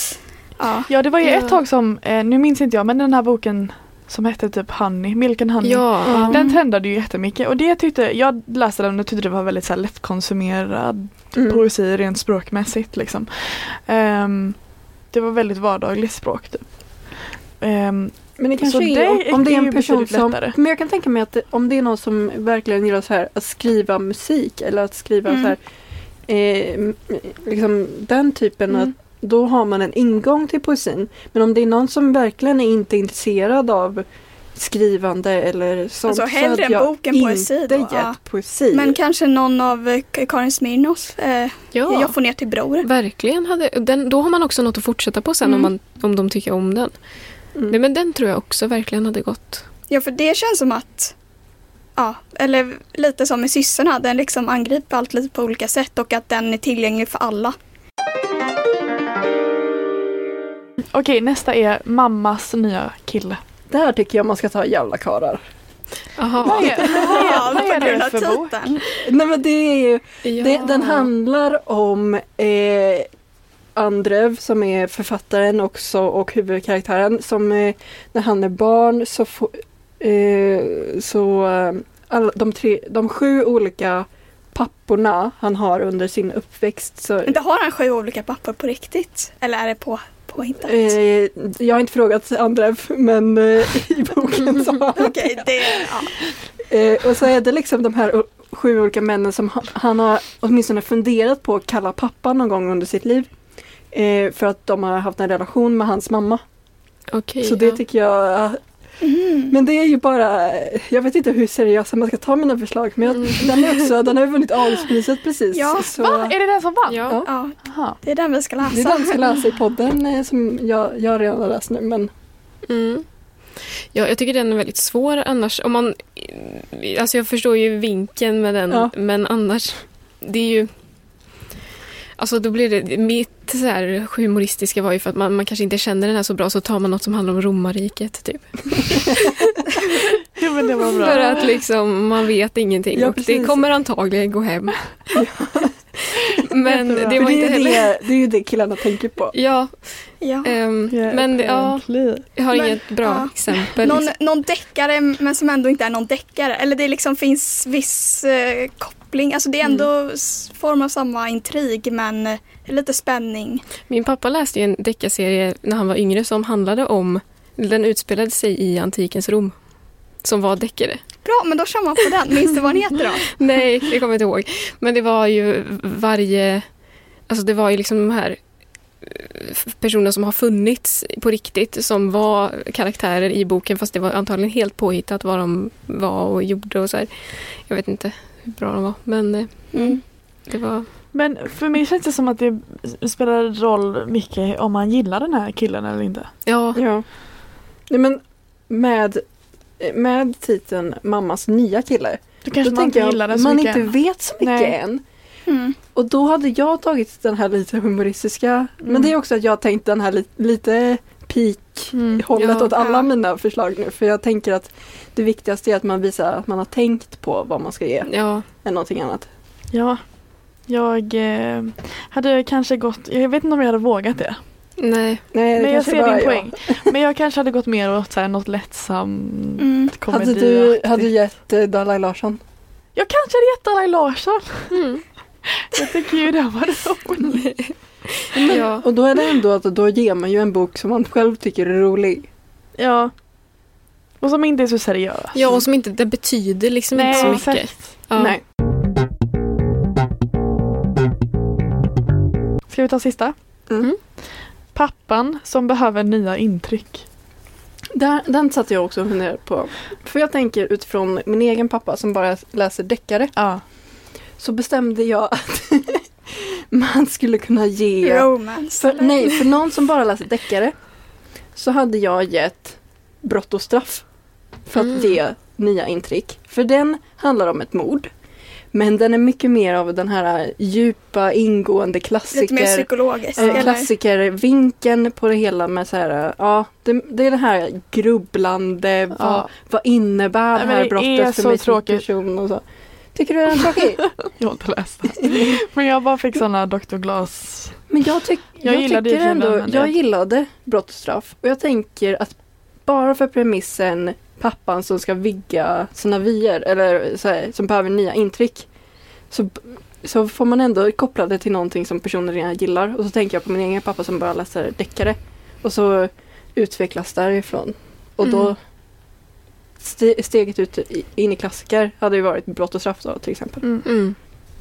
ja. Ja, det var ju Ja. ett tag som, eh, nu minns inte jag, men den här boken som hette typ Honey, Milk and Honey. Ja, Ja. Den trendade ju jättemycket och det tyckte, jag läste den och tyckte det var väldigt så här, lättkonsumerad Mm. poesi rent språkmässigt liksom. Ehm, det var väldigt vardagligt språk typ. Ehm, Men det kanske Så är, det om, om det är är ju en person betydligt som... lättare. Men jag kan tänka mig att det, om det är någon som verkligen gillar så här att skriva musik eller att skriva Mm. så här, eh, m- liksom den typen Mm. att då har man en ingång till poesin. Men om det är någon som verkligen är inte intresserad av skrivande eller sånt Alltså, så hellre hade en jag bok än poesi inte då, gett ja. poesi. Men kanske någon av eh, Karin Smirnoff, eh, ja. Jag får ner till bror. Verkligen. Hade, den, då har man också något att fortsätta på sen Mm. om, man, om de tycker om den. Mm. Nej, men den tror jag också verkligen hade gått. Ja, för det känns som att, ja, eller lite som med Syssorna, den liksom angriper allt lite på olika sätt och att den är tillgänglig för alla. Okej, nästa är mammas nya kille. Där tycker jag man ska ta jävla karar. Aha. Vad är, vad är, vad är på grund det av för bok? titeln. Nej men det är ju Ja. Det, den handlar om eh, Andrev som är författaren också och huvudkaraktären som eh, när han är barn så, få, eh, så eh, alla, de, tre, de sju olika papporna han har under sin uppväxt så, Men det har han sju olika pappor på riktigt? Eller är det på, på hittat? eh, jag har inte frågat Andrev men eh, i boken så har han Okej, det, ja. Eh, och så är det liksom de här o- sju olika männen som han, han har åtminstone funderat på att kalla pappa någon gång under sitt liv. Eh, för att de har haft en relation med hans mamma. Okej, så det ja. tycker jag... Mm. Men det är ju bara... Jag vet inte hur seriösa man ska ta mina förslag. Men jag, Mm. den, är också, den har ju vunnit Augustpriset precis. Ja, så Va? Är det den som vann? Ja. Ja. Ja, Aha. det är den vi ska läsa. det är den jag ska läsa i podden eh, som jag, jag redan har läst nu. Men Mm. Ja, jag tycker den är väldigt svår annars. Om man, alltså jag förstår ju vinkeln med den, Ja. men annars, det är ju... Alltså då blir det, mitt så här humoristiska var ju för att man, man kanske inte känner den här så bra, så tar man något som handlar om romarriket typ. Jo, men det var bra. För att liksom man vet ingenting Ja, och precis. det kommer antagligen gå hem. Men Jättebra. det för var det, inte är heller... det, det är ju det killarna tänker på. Ja, Ja. ehm, Yeah, men det- ja, apparently. jag har Men, inget bra ja. exempel. Någon, någon deckare men som ändå inte är någon deckare. Eller det liksom finns viss eh, koppling. Alltså det är ändå s- form av samma intrig men eh, lite spänning. Min pappa läste ju en deckarserie när han var yngre som handlade om, den utspelade sig i antikens Rom, som var deckare. Bra, men då kör man på den. Minns du vad den heter då? Nej, det kommer jag inte ihåg. Men det var ju varje, alltså det var ju liksom de här personer som har funnits på riktigt som var karaktärer i boken, fast det var antagligen helt påhittat vad de var och gjorde och så här. Jag vet inte hur bra de var, men eh, Mm. det var... Men för mig känns det som att det spelar roll mycket om man gillar den här killen eller inte. Ja, Ja. Nej, men med, med titeln Mammas nya kille. Då kanske Då man inte tänker gillar jag den så man mycket. inte vet så mycket Nej. än. Mm. Och då hade jag tagit den här lite humoristiska. Mm. Men det är också att jag har tänkt den här li- lite peak-hållet Mm. Ja. åt alla Ja. mina förslag nu. För jag tänker att det viktigaste är att man visar att man har tänkt på vad man ska ge. ja. Än någonting annat. Ja, jag eh, hade kanske gått, jag vet inte om jag hade vågat det. Nej. Nej, det Men jag kanske ser bara din är poäng. Men jag kanske hade gått mer åt så här, något lättsamt Mm. komedi. Hade du, hade du gett eh, Dalai Larsson? Jag kanske hade gett Dalai Larsson. Mm. Jag tycker ju det var roligt. Ja. Och då är det ändå att då ger man ju en bok som man själv tycker är rolig. Ja. Och som inte är så seriös. ja, och som inte, det betyder liksom Nej, inte så mycket. exakt. Ja. Nej. Ska vi ta sista? Mm. Pappan som behöver nya intryck. Där, den satt jag också och funderade på. För jag tänker utifrån min egen pappa som bara läser deckare. Ja. Så bestämde jag att man skulle kunna ge... Romance. För, eller? nej, för någon som bara läser deckare så hade jag gett Brott och straff för att Mm. ge nya intryck. För den handlar om ett mord. Men den är mycket mer av den här djupa, ingående Lite mer klassiker. psykologiskt. Eh, eller? klassikervinkeln på det hela med så här, ja, det, det är det här grubblande, vad, Ja. vad innebär Nej, det men här det brottet är för så mig som tråkigt. person och så. Tycker du den är tråkig? Jag har inte läst den. Men jag bara fick såna doktor Glas. Men jag, tyck, Jag jag, gillade tycker ju ändå, filmen, men det- jag gillade Brott och straff och jag tänker att bara för premissen pappan som ska vigga sina vyer eller så här, som behöver nya intryck så, så får man ändå koppla det till någonting som personen redan gillar och så tänker jag på min egen pappa som bara läser deckare och så utvecklas därifrån och då Mm. ste, steget ut i, in i klassiker hade ju varit Brott och straff då till exempel. Mm. Mm.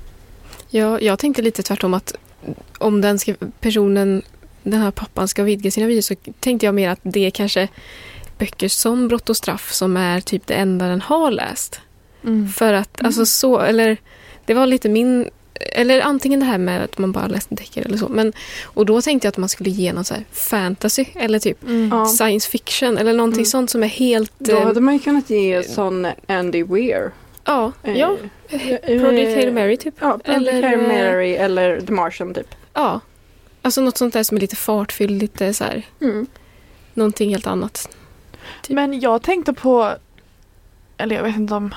Ja, jag tänkte lite tvärtom att om den ska, personen, den här pappan ska vidga sina vyer så tänkte jag mer att det är kanske böcker som Brott och straff som är typ det enda den har läst. Mm. För att, Mm. alltså så, eller det var lite min, eller antingen det här med att man bara läste deckare eller så, men och då tänkte jag att man skulle ge någon så här fantasy eller typ Mm. Ja. science fiction eller någonting Mm. sånt som är helt, Då eh, hade man ju kunnat ge sån Andy Weir. ja, Eh, ja, eh, Project Hail Mary typ. Ja, Project Eller, Hail eh, Mary eller The Martian typ. Ja. Alltså något sånt där som är lite fartfyllt, lite så här, Mm. någonting helt annat. Men jag tänkte på, eller jag vet inte om,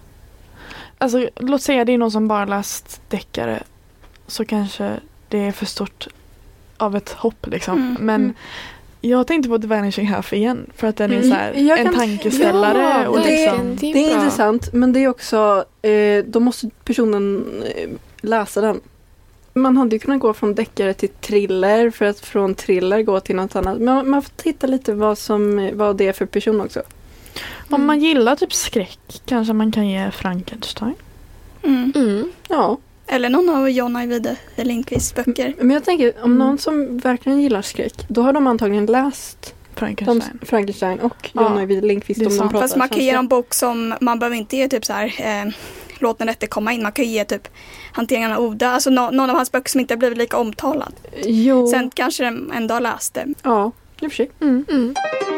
alltså låt säga det är någon som bara läst deckare så kanske det är för stort av ett hopp liksom. Mm, Men mm. jag tänkte på The Vanishing Half igen för att den är Mm. så här, Jag en kan- tankeställare Ja, och det- liksom. det är, Det är bra. intressant men det är också, eh, då måste personen eh, läsa den. Man hade ju kunnat gå från deckare till thriller för att från thriller gå till något annat. Men man, man får titta lite vad, som, vad det är för person också. Om man gillar typ skräck kanske man kan ge Frankenstein. Mm. Mm. Ja, Eller någon av John Ajvide Lindqvists böcker. men jag tänker om Mm. någon som verkligen gillar skräck då har de antagligen läst de, Frankenstein. Frankenstein och Ja, John Ajvide Lindqvist det är om de sant. pratar Fast man kan ge svenska. en bok som man behöver inte ge typ så här eh, låt den rätte komma in. Man kan ju ge typ Hanteringen av Oda. Alltså no- någon av hans böcker som inte har blivit lika omtalad. Jo, Sen kanske den ändå har läst det. ja, i och för sig. Mm. Mm.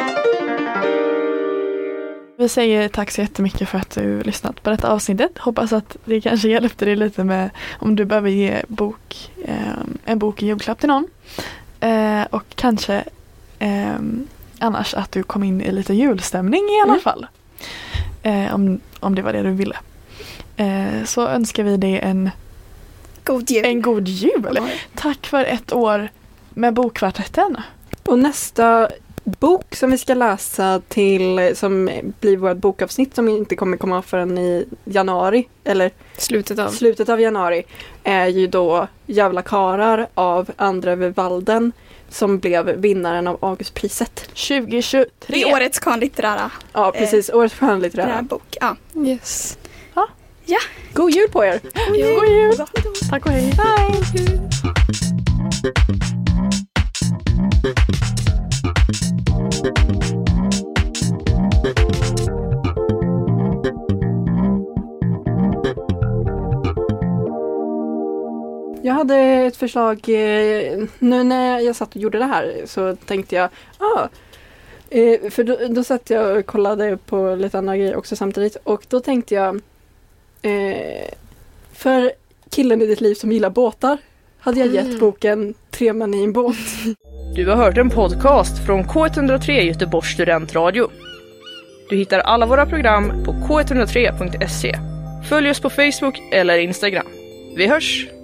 Vi säger tack så jättemycket för att du lyssnat på detta avsnittet. Hoppas att det kanske hjälpte dig lite med om du behöver ge bok, eh, en bok i julklapp till någon. Eh, och kanske eh, annars att du kom in i lite julstämning i alla Mm. fall. Eh, om, om det var det du ville. Eh, så önskar vi dig en, God jul. en god jul. Tack för ett år med Bokkvartetten. Och nästa bok som vi ska läsa till, som blir vårt bokavsnitt som inte kommer komma förrän i januari, eller Slutet av. slutet av januari, är ju då Jävla karar av Andre Walden som blev vinnaren av Augustpriset. tjugo tjugotre. Det är årets skönlitterära Ja, precis. Årets skönlitterära. litterära bok. Ja. Yes. God jul på er! God jul. Tack och hej. Bye. hade ett förslag, eh, nu när jag satt och gjorde det här så tänkte jag, ah, eh, för då, då satt jag och kollade på lite andra grejer också samtidigt och då tänkte jag, eh, för killen i ditt liv som gillar båtar hade jag gett boken Tre män i en båt. Du har hört en podcast från K ett noll tre Göteborgs studentradio. Du hittar alla våra program på k ett noll tre punkt se. Följ oss på Facebook eller Instagram. Vi hörs!